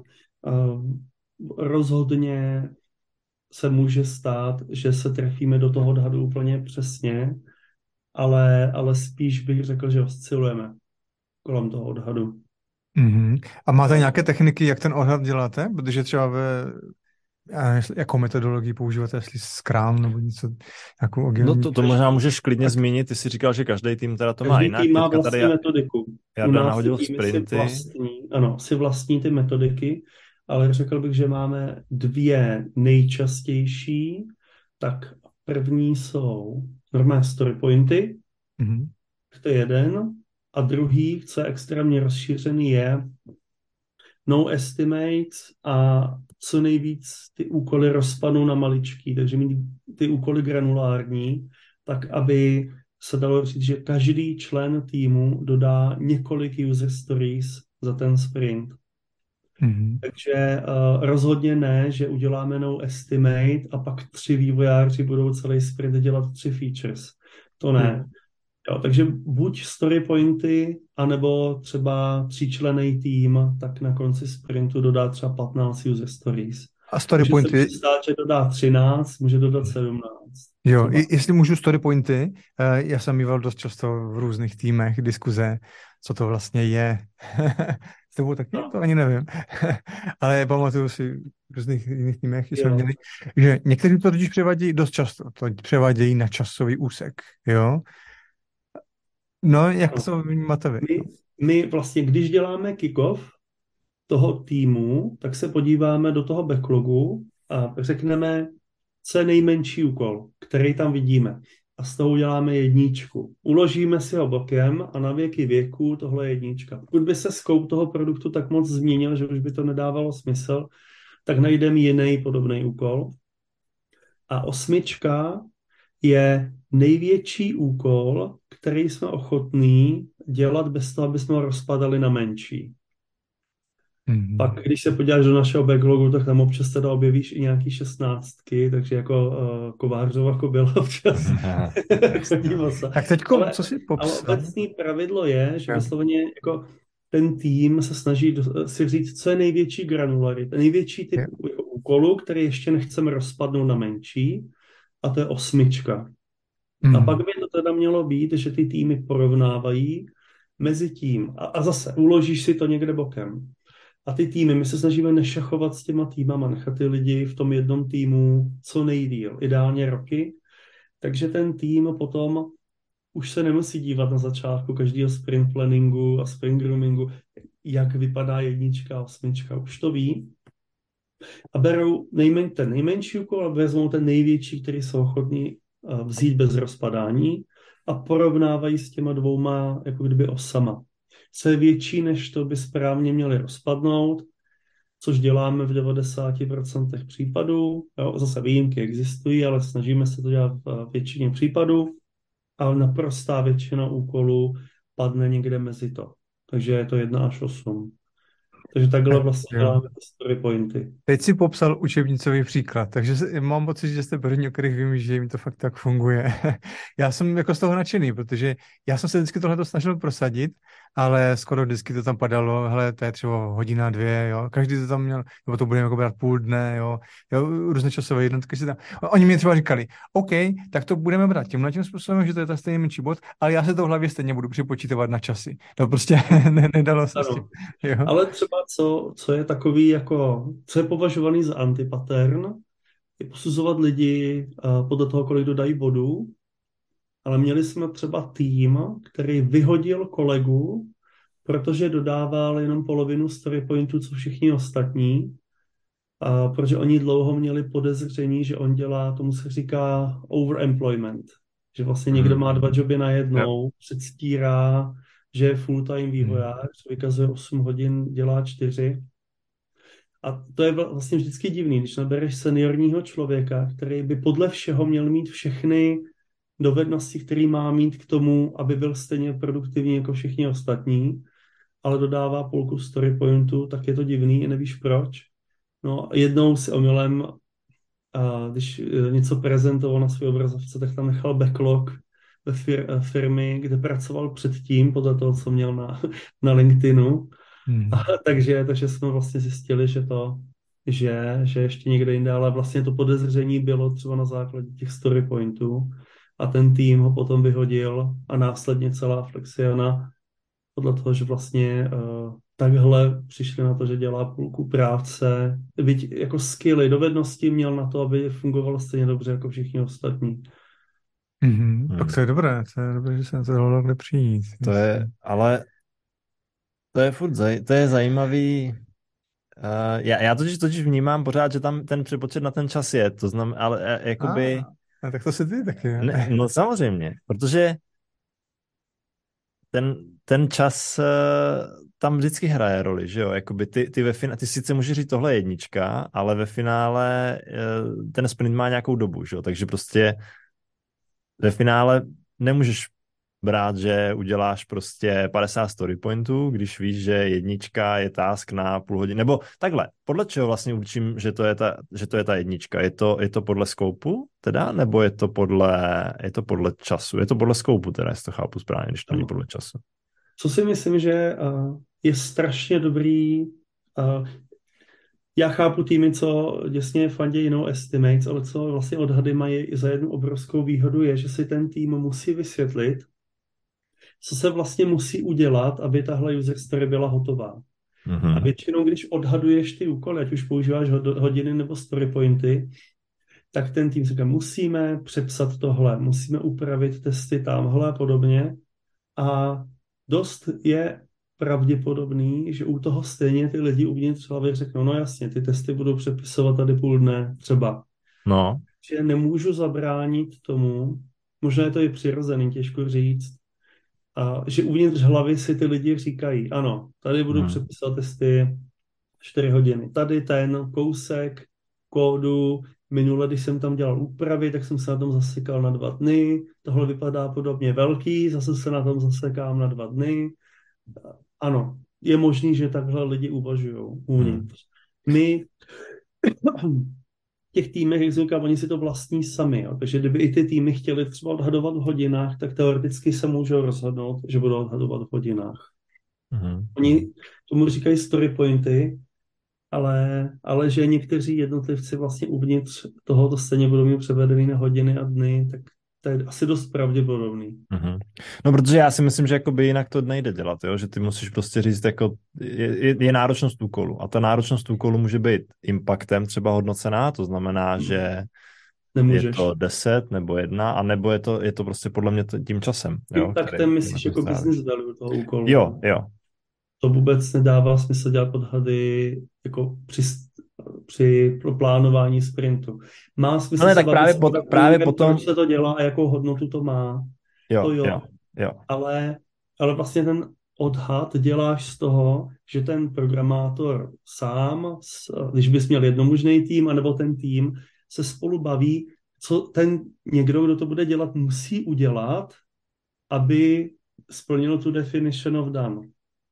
rozhodně se může stát, že se trefíme do toho odhadu úplně přesně, ale spíš bych řekl, že oscilujeme kolem toho odhadu. A máte nějaké techniky, jak ten odhad děláte? Protože třeba jakou metodologii používáte, jestli Scrum nebo něco, nějakou agilní? No to možná můžeš klidně zmínit, ty jsi říkal, že každý tým teda to má jinak. Každý tým má vlastní metodiku. Jarda nahodil sprinty. Si vlastní ty metodiky, ale řekl bych, že máme dvě nejčastější. Tak první jsou normální story pointy, to je jeden, a druhý, co je extrémně rozšířený, je no estimates a co nejvíc ty úkoly rozpadnou na maličký, takže mít ty úkoly granulární, tak aby se dalo říct, že každý člen týmu dodá několik user stories za ten sprint. Takže rozhodně ne, že uděláme no estimate a pak 3 vývojáři budou celý sprint dělat 3 features. To ne. Jo, takže buď story pointy, anebo třeba 3členný tým, tak na konci sprintu dodá třeba 15 user stories. A story pointy? Může se stát, že dodá 13, může dodat 17. Jo, jestli můžu story pointy, já jsem mýval dost často v různých týmech diskuze, co to vlastně je. S tebou taky? No. To ani nevím. Ale pamatuju si v různých jiných týmech, že jsme měli, že někteří to totiž převádějí dost často, to převádějí na časový úsek, jo. No, jak to máte vy? My vlastně, když děláme kick-off toho týmu, tak se podíváme do toho backlogu a řekneme, co je nejmenší úkol, který tam vidíme. A z toho uděláme jedničku. Uložíme si ho bokem a na věky věku tohle je jednička. Pokud by se scope toho produktu tak moc změnil, že už by to nedávalo smysl, tak najdeme jiný podobný úkol. A 8 je největší úkol, který jsme ochotní dělat bez toho, aby jsme ho rozpadali na menší. Pak, když se podíváš do našeho backlogu, tak tam občas teda objevíš i nějaký 16, takže jako Kovářova koběla občas. Tak teďko, co si popsal? Ale obecný pravidlo je, že vysloveně jako ten tým se snaží si říct, co je největší granularita, největší typ úkolu, který ještě nechceme rozpadnout na menší, a to je 8. A pak by to teda mělo být, že ty týmy porovnávají mezi tím a zase uložíš si to někde bokem. A ty týmy, my se snažíme nešachovat s těma týmama, nechat ty lidi v tom jednom týmu co nejdýl, ideálně roky. Takže ten tým potom už se nemusí dívat na začátku každého sprint planningu a sprint groomingu, jak vypadá 1 a 8, už to ví. A berou ten nejmenší úkol a vezmou ten největší, který jsou ochotní vzít bez rozpadání a porovnávají s těma 2 jako kdyby osama. co je větší, než to by správně měli rozpadnout, což děláme v 90% případů. Jo, zase výjimky existují, ale snažíme se to dělat v většině případů, ale naprostá většina úkolů padne někde mezi to. Takže je to 1 až 8. Takže takhle vlastně Jo. děláme ty story pointy. Teď si popsal učebnicový příklad, takže mám pocit, že jste první, o kterých vím, že jim to fakt tak funguje. Já jsem jako z toho nadšený, protože já jsem se vždycky tohle snažil prosadit, ale skoro vždycky to tam padalo, hele, to je třeba hodina, 2, jo, každý to tam měl, nebo to budeme jako brát půl dne, jo, různé časové jednotky si tam. Oni mi třeba říkali, OK, tak to budeme brát tím způsobem, že to je ta stejný menší bod, ale já se to v hlavě stejně budu připočítávat na časy. To prostě nedalo se s tím. Ano. Jo. Ale třeba co je takový jako, co je považovaný za antipattern, je posuzovat lidi podle toho, kolik dodají bodů, ale měli jsme třeba tým, který vyhodil kolegu, protože dodával jenom polovinu story pointů, co všichni ostatní, protože oni dlouho měli podezření, že on dělá, tomu se říká overemployment, že vlastně někdo má 2 joby najednou, předstírá, že je full-time vývojář, vykazuje 8 hodin, dělá 4. A to je vlastně vždycky divný, když nabereš seniorního člověka, který by podle všeho měl mít všechny dovednosti, které má mít k tomu, aby byl stejně produktivní jako všichni ostatní, ale dodává půlku story pointu, tak je to divný, nevíš proč. No, jednou si omylem, když něco prezentoval na své obrazovce, tak tam nechal backlog ve firmy, kde pracoval předtím, podle toho, co měl na LinkedInu. Takže jsme vlastně zjistili, že ještě někde jinde, ale vlastně to podezření bylo třeba na základě těch story pointů a ten tým ho potom vyhodil a následně celá Flexiana podle toho, že vlastně takhle přišli na to, že dělá půlku práce, byť jako skilly, dovednosti měl na to, aby fungovalo stejně dobře jako všichni ostatní. Tak to je dobré, že se na to dalo kde přijít. To je, ale to je furt to je zajímavý. Já totiž vnímám pořád, že tam ten přepočet na ten čas je, to znamená, ale jakoby... tak to si ty taky. Ne, no samozřejmě, protože ten čas tam vždycky hraje roli, že jo, jakoby ty sice můžeš říct tohle je 1, ale ve finále ten sprint má nějakou dobu, že jo, takže prostě ve finále nemůžeš brát, že uděláš prostě 50 story pointů, když víš, že 1 je task na půl hodiny, nebo takhle, podle čeho vlastně určím, že to je ta 1? Je to podle skoupu teda, nebo je to podle času? Je to podle skoupu teda, jestli to chápu správně, když to není podle času. Co si myslím, že je strašně dobrý, já chápu týmy, co děsně fandějí estimates, ale co vlastně odhady mají i za jednu obrovskou výhodu je, že si ten tým musí vysvětlit, co se vlastně musí udělat, aby tahle user story byla hotová. A většinou, když odhaduješ ty úkoly, ať už používáš hodiny nebo story pointy, tak ten tým říká, musíme přepsat tohle, musíme upravit testy tamhle a podobně. A dost je pravděpodobný, že u toho stejně ty lidi uvnitř hlavy řeknou, no jasně, ty testy budou přepisovat tady půl dne třeba. No. Že nemůžu zabránit tomu, možná je to i přirozený, těžko říct, že uvnitř hlavy si ty lidi říkají, ano, tady budu přepisovat testy 4 hodiny, tady ten kousek kódu, minule, když jsem tam dělal úpravy, tak jsem se na tom zasekal na 2 dny, tohle vypadá podobně velký, zase se na tom zasekám na 2 dny. Ano, je možný, že takhle lidi uvažujou uvnitř. My v těch týmech, jak říkám, oni si to vlastní sami, jo? Takže kdyby i ty týmy chtěli třeba odhadovat v hodinách, tak teoreticky se můžou rozhodnout, že budou odhadovat v hodinách. Oni tomu říkají story pointy, ale že někteří jednotlivci vlastně uvnitř tohoto stejně budou mít převedený na hodiny a dny, tak to je asi dost pravděpodobný. No, protože já si myslím, že jakoby jinak to nejde dělat, jo? Že ty musíš prostě říct, jako je náročnost úkolu a ta náročnost úkolu může být impactem třeba hodnocená, to znamená, že nemůžeš. Je to 10 nebo 1, a nebo je to prostě podle mě tím časem. Jo, tak ten myslíš jako business value toho úkolu. Jo. To vůbec nedává smysl dělat odhady jako při plánování sprintu. Má smysl tak právě potom, proč se to dělá a jakou hodnotu to má. Jo. Ale vlastně ten odhad děláš z toho, že ten programátor sám, když bys měl jednomužný tým, anebo ten tým, se spolu baví, co ten někdo, kdo to bude dělat, musí udělat, aby splnil tu definition of done.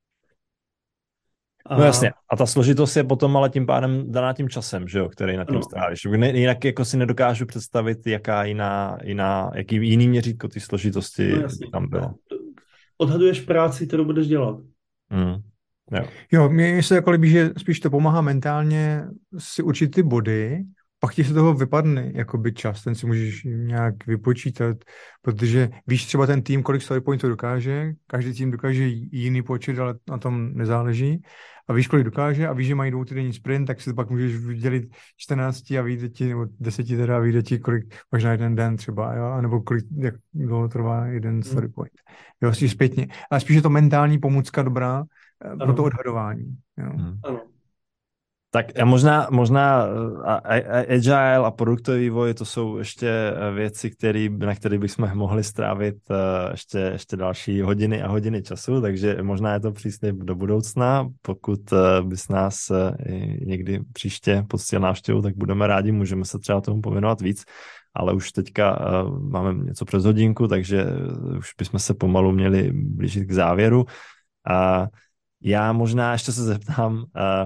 No jasně, a ta složitost je potom ale tím pádem daná tím časem, že jo, který na tím strávíš. Jinak jako si nedokážu představit, jaký jiný měřítko ty složitosti tam bylo. Odhaduješ práci, kterou budeš dělat. Jo, mně se jako líbí, že spíš to pomáhá mentálně si určit ty body, pak ti se toho vypadne jakoby čas, ten si můžeš nějak vypočítat, protože víš třeba ten tým, kolik story pointů dokáže, každý tým dokáže jiný počet, ale na tom nezáleží, a víš, kolik dokáže, a víš, že mají dvoutýdenní sprint, tak si to pak můžeš vydělit 14 a vyjde ti, nebo 10 teda a vyjde ti, kolik máš na jeden den třeba, jo, nebo kolik, jak dlouho trvá jeden story point. Jo, spíš zpětně. Ale spíš je to mentální pomůcka dobrá pro to odhadování. Jo. Ano. Tak a možná agile a produktový vývoj, to jsou ještě věci, na které bychom mohli strávit ještě další hodiny a hodiny času, takže možná je to příslib do budoucna. Pokud bys nás někdy příště poctil návštěvu, tak budeme rádi, můžeme se třeba tomu pověnovat víc, ale už teďka máme něco přes hodinku, takže už bychom se pomalu měli blížit k závěru. Já možná ještě se zeptám,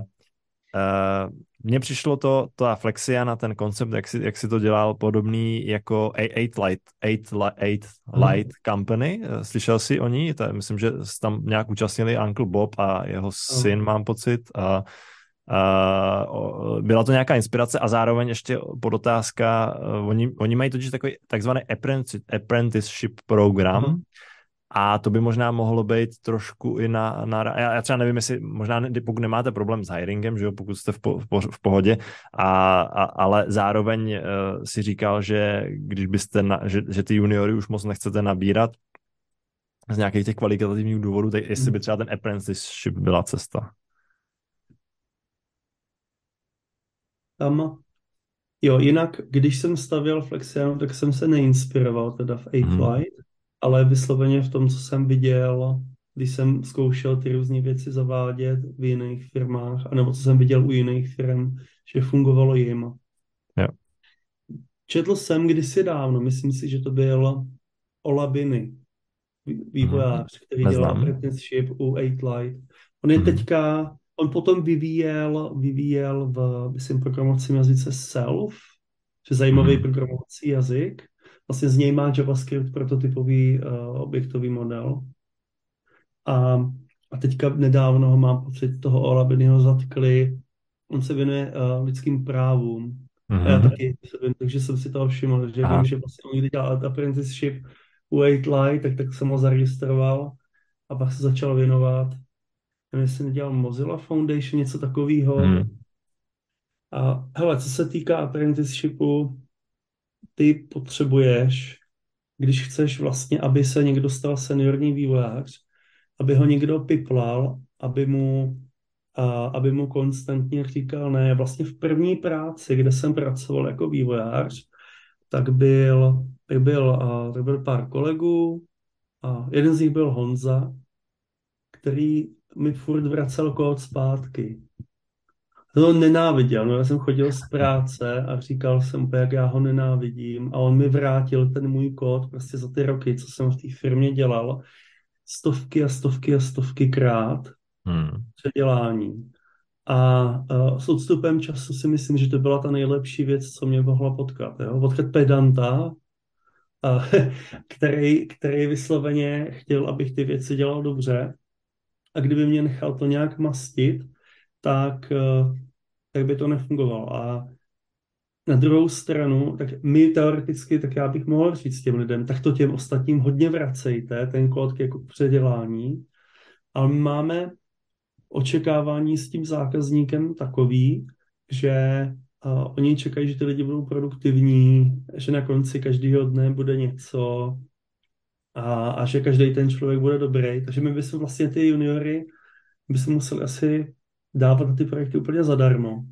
mně přišlo ta Flexia na ten koncept, jak si to dělal, podobný jako 8Light Company. Slyšel jsi o ní? Myslím, že tam nějak účastnili Uncle Bob a jeho syn, mám pocit. Byla to nějaká inspirace a zároveň ještě podotázka, oni mají totiž takový takzvaný apprenticeship program, a to by možná mohlo být trošku i já třeba nevím, jestli možná pokud nemáte problém s hiringem, že jo, pokud jste v pohodě, ale zároveň si říkal, že když byste, že ty juniory už moc nechcete nabírat z nějakých těch kvalitativních důvodů, tak jestli by třeba ten apprenticeship byla cesta. Jo, jinak, když jsem stavěl Flexianu, tak jsem se neinspiroval teda v 8Light, ale vysloveně v tom, co jsem viděl, když jsem zkoušel ty různé věci zavádět v jiných firmách, anebo co jsem viděl u jiných firm, že fungovalo jim. Jo. Četl jsem kdysi dávno, myslím si, že to byl Ola Biny, vývojář, který dělal apprenticeship u 8Light. On je on potom vyvíjel v, myslím, programovacím jazyce Self, že zajímavý programovací jazyk. Vlastně z něj má JavaScript prototypový objektový model. A teďka nedávno ho mám pocit, toho Ola Binyho zatkli. On se věnuje lidským právům. A já taky se vím, takže jsem si toho všiml, že vím, že vlastně on, když dělal apprenticeship u 8Light, tak jsem ho zaregistroval a pak se začal věnovat. Nevím, jestli nedělal Mozilla Foundation, něco takového. A hele, co se týká apprenticeshipu, ty potřebuješ, když chceš vlastně, aby se někdo stal seniorní vývojář, aby ho někdo piplal, aby mu konstantně říkal ne. Vlastně v první práci, kde jsem pracoval jako vývojář, tak byl pár kolegů a jeden z nich byl Honza, který mi furt vracel kód zpátky. To nenáviděl, no já jsem chodil z práce a říkal jsem, jak já ho nenávidím, a on mi vrátil ten můj kód prostě za ty roky, co jsem v té firmě dělal, stovky a stovky a stovky krát předělání. A s odstupem času si myslím, že to byla ta nejlepší věc, co mě mohla potkat. Jo? Potkat pedanta, který vysloveně chtěl, abych ty věci dělal dobře, a kdyby mě nechal to nějak mastit, tak by to nefungovalo. A na druhou stranu, tak my teoreticky, tak já bych mohl říct těm lidem, tak to těm ostatním hodně vracejte, ten kód jako k předělání, ale my máme očekávání s tím zákazníkem takový, že oni čekají, že ty lidi budou produktivní, že na konci každého dne bude něco a že každý ten člověk bude dobrý. Takže my bychom vlastně ty juniory bychom museli asi dávat na ty projekty úplně zadarmo,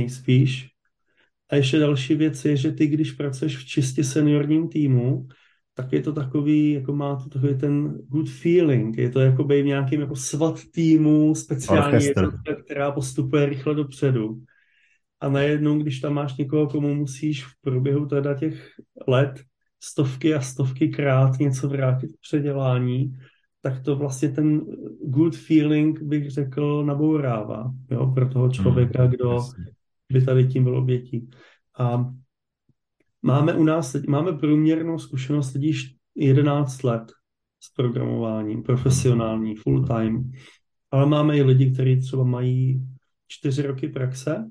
nejspíš. A ještě další věc je, že ty, když pracuješ v čistě seniorním týmu, tak je to takový, jako má to takový ten good feeling. Je to jako být v nějakým jako SWAT týmu, speciální Orchestr. jednotka, která postupuje rychle dopředu. A najednou, když tam máš někoho, komu musíš v průběhu teda těch let stovky a stovky krát něco vrátit k předělání, tak to vlastně ten good feeling, bych řekl, nabourává, jo, pro toho člověka, kdo Jasně. by tady tím byl obětí. A máme u nás, máme průměrnou zkušenost lidí 11 let s programováním, profesionální, full time, ale máme i lidi, kteří třeba mají 4 roky praxe,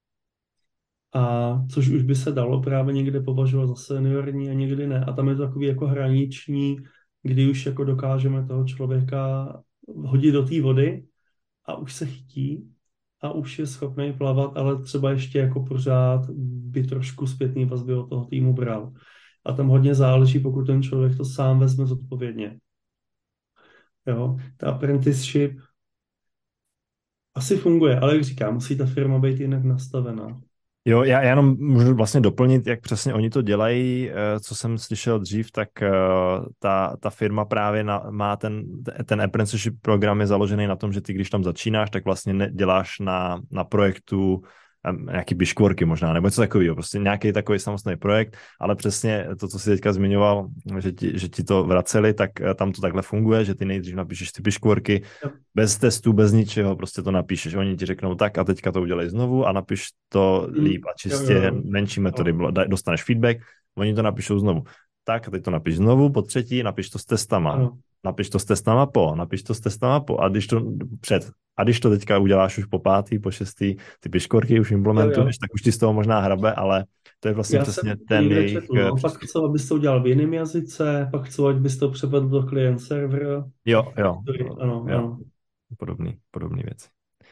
a což už by se dalo právě někde považovat za seniorní a někdy ne. A tam je to takový jako hraniční, kdy už jako dokážeme toho člověka hodit do té vody a už se chytí a už je schopný plavat, ale třeba ještě jako pořád by trošku zpětný vazby od toho týmu bral. A tam hodně záleží, pokud ten člověk to sám vezme zodpovědně. Jo? Ta apprenticeship asi funguje, ale jak říkám, musí ta firma být jinak nastavená. Jo, já jenom můžu vlastně doplnit, jak přesně oni to dělají. Co jsem slyšel dřív, tak ta firma právě má ten apprenticeship program je založený na tom, že ty, když tam začínáš, tak vlastně děláš na projektu nějaký biškvorky možná, nebo něco takového, prostě nějaký takový samostatný projekt, ale přesně to, co jsi teďka zmiňoval, že ti to vraceli, tak tam to takhle funguje, že ty nejdřív napíšeš ty biškvorky, bez testů, bez ničeho, prostě to napíšeš. Oni ti řeknou tak a teďka to udělej znovu a napiš to líp a čistě menší metody, dostaneš feedback, oni to napíšou znovu. Tak a teď to napiš znovu, po třetí, napiš to s testama. Napiš to s testama napiš to s testama a když to teďka uděláš už po pátý, po šestý, ty piškorky už implementuješ, tak už ti z toho možná hrabe, ale to je vlastně přesně ten jejich... Pak chcou, abys to udělal v jiném jazyce, pak chcou, ať bys to převedl do client server. Jo. Ano. Podobný věc.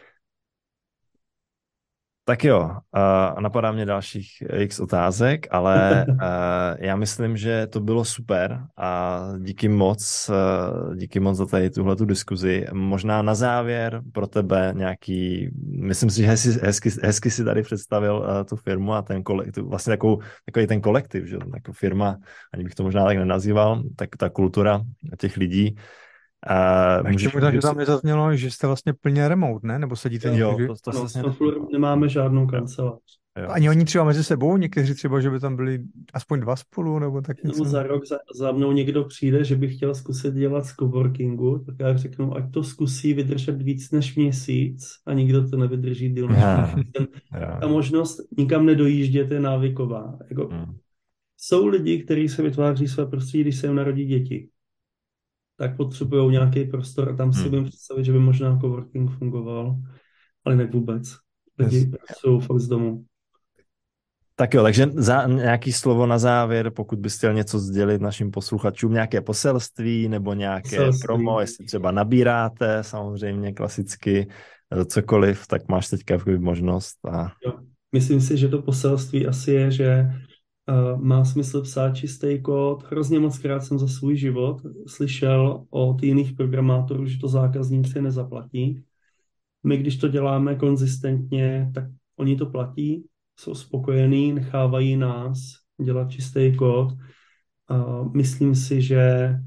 Tak jo, napadá mě dalších x otázek, ale já myslím, že to bylo super a díky moc za tady tuhletu diskuzi. Možná na závěr pro tebe nějaký, myslím si, že hezky si tady představil tu firmu a ten kolektiv, vlastně takový ten kolektiv, že jako firma, ani bych to možná tak nenazýval, tak ta kultura těch lidí. Ještě možná, že tam nezaznělo, že jste vlastně plně remote, ne? Nebo sedíte někdy? Nemáme žádnou kancelář. Ani oni třeba mezi sebou, někteří třeba, že by tam byli aspoň 2 spolu, nebo tak něco? Za rok za mnou někdo přijde, že by chtěl zkusit dělat z coworkingu, tak já řeknu, ať to zkusí vydržet víc než měsíc a nikdo to nevydrží díl než měsíc. Ta možnost nikam nedojíždět je návyková. Jako, jsou lidi, kteří se vytváří své prostředí, když se jim narodí děti, tak potřebují nějaký prostor a tam si budeme představit, že by možná coworking fungoval, ale ne vůbec. Lidi pracují fakt z domu. Tak jo, takže nějaký slovo na závěr, pokud bys chtěl něco sdělit našim posluchačům, nějaké poselství nebo nějaké promo, jestli třeba nabíráte, samozřejmě klasicky, cokoliv, tak máš teďka možnost. Jo. Myslím si, že to poselství asi je, že má smysl psát čistý kód. Hrozně moc krát jsem za svůj život slyšel od jiných programátorů, že to zákazníci nezaplatí. My, když to děláme konzistentně, tak oni to platí, jsou spokojení, nechávají nás dělat čistý kód. Myslím si, že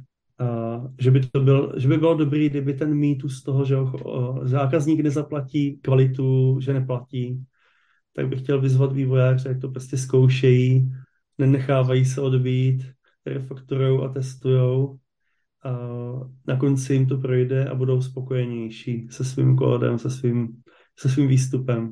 by bylo dobré, kdyby ten mýtus z toho, že zákazník nezaplatí kvalitu, že neplatí, tak bych chtěl vyzvat vývojáře, jak to prostě zkoušejí, nenechávají se odbít, refaktorujou a testujou. A na konci jim to projde a budou spokojenější se svým kódem, se svým výstupem.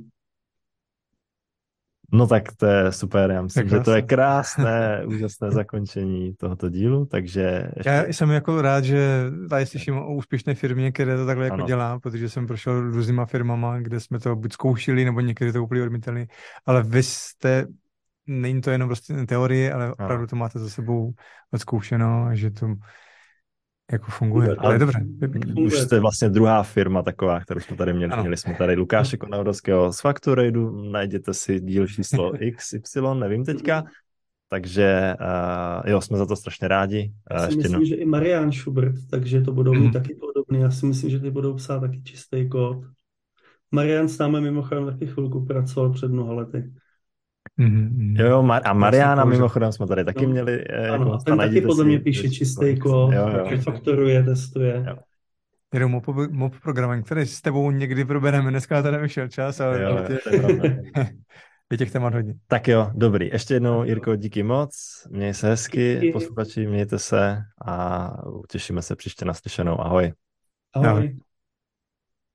No tak to je super, já myslím, že to je krásné, úžasné zakončení tohoto dílu, takže... Já jsem jako rád, že tady slyším o úspěšné firmě, které to takhle jako dělá, protože jsem prošel různýma firmama, kde jsme to buď zkoušeli, nebo někdy to úplně odmítali, ale vy jste, není to jenom prostě teorie, ale opravdu to máte za sebou odzkoušeno a že to jako funguje, ale dobře. Už jste vlastně druhá firma taková, kterou jsme tady měli. Měli jsme tady Lukáše Konaurovského z Factoraidu, najděte si díl číslo XY, nevím teďka, takže jo, jsme za to strašně rádi. Já si myslím, že i Marian Schubert, takže to budou mít taky podobný. Já si myslím, že ty budou psát taky čistý kód. Marian s námi mimochodem taky chvilku pracoval před mnoha lety. Jo, a Mariana použil. mimochodem jsme tady taky měli. Ano, a ten taky podle mě píše čistý kód, refaktoruje, testuje. Jo. Jenom mob programming, který s tebou někdy probereme. Dneska to nevyšel čas, ale Jo, je těch témat hodně. Tak jo, dobrý. Ještě jednou, Jirko, díky moc. Měj se hezky, posluchači, mějte se a těšíme se příště naslyšenou. Ahoj. Ahoj.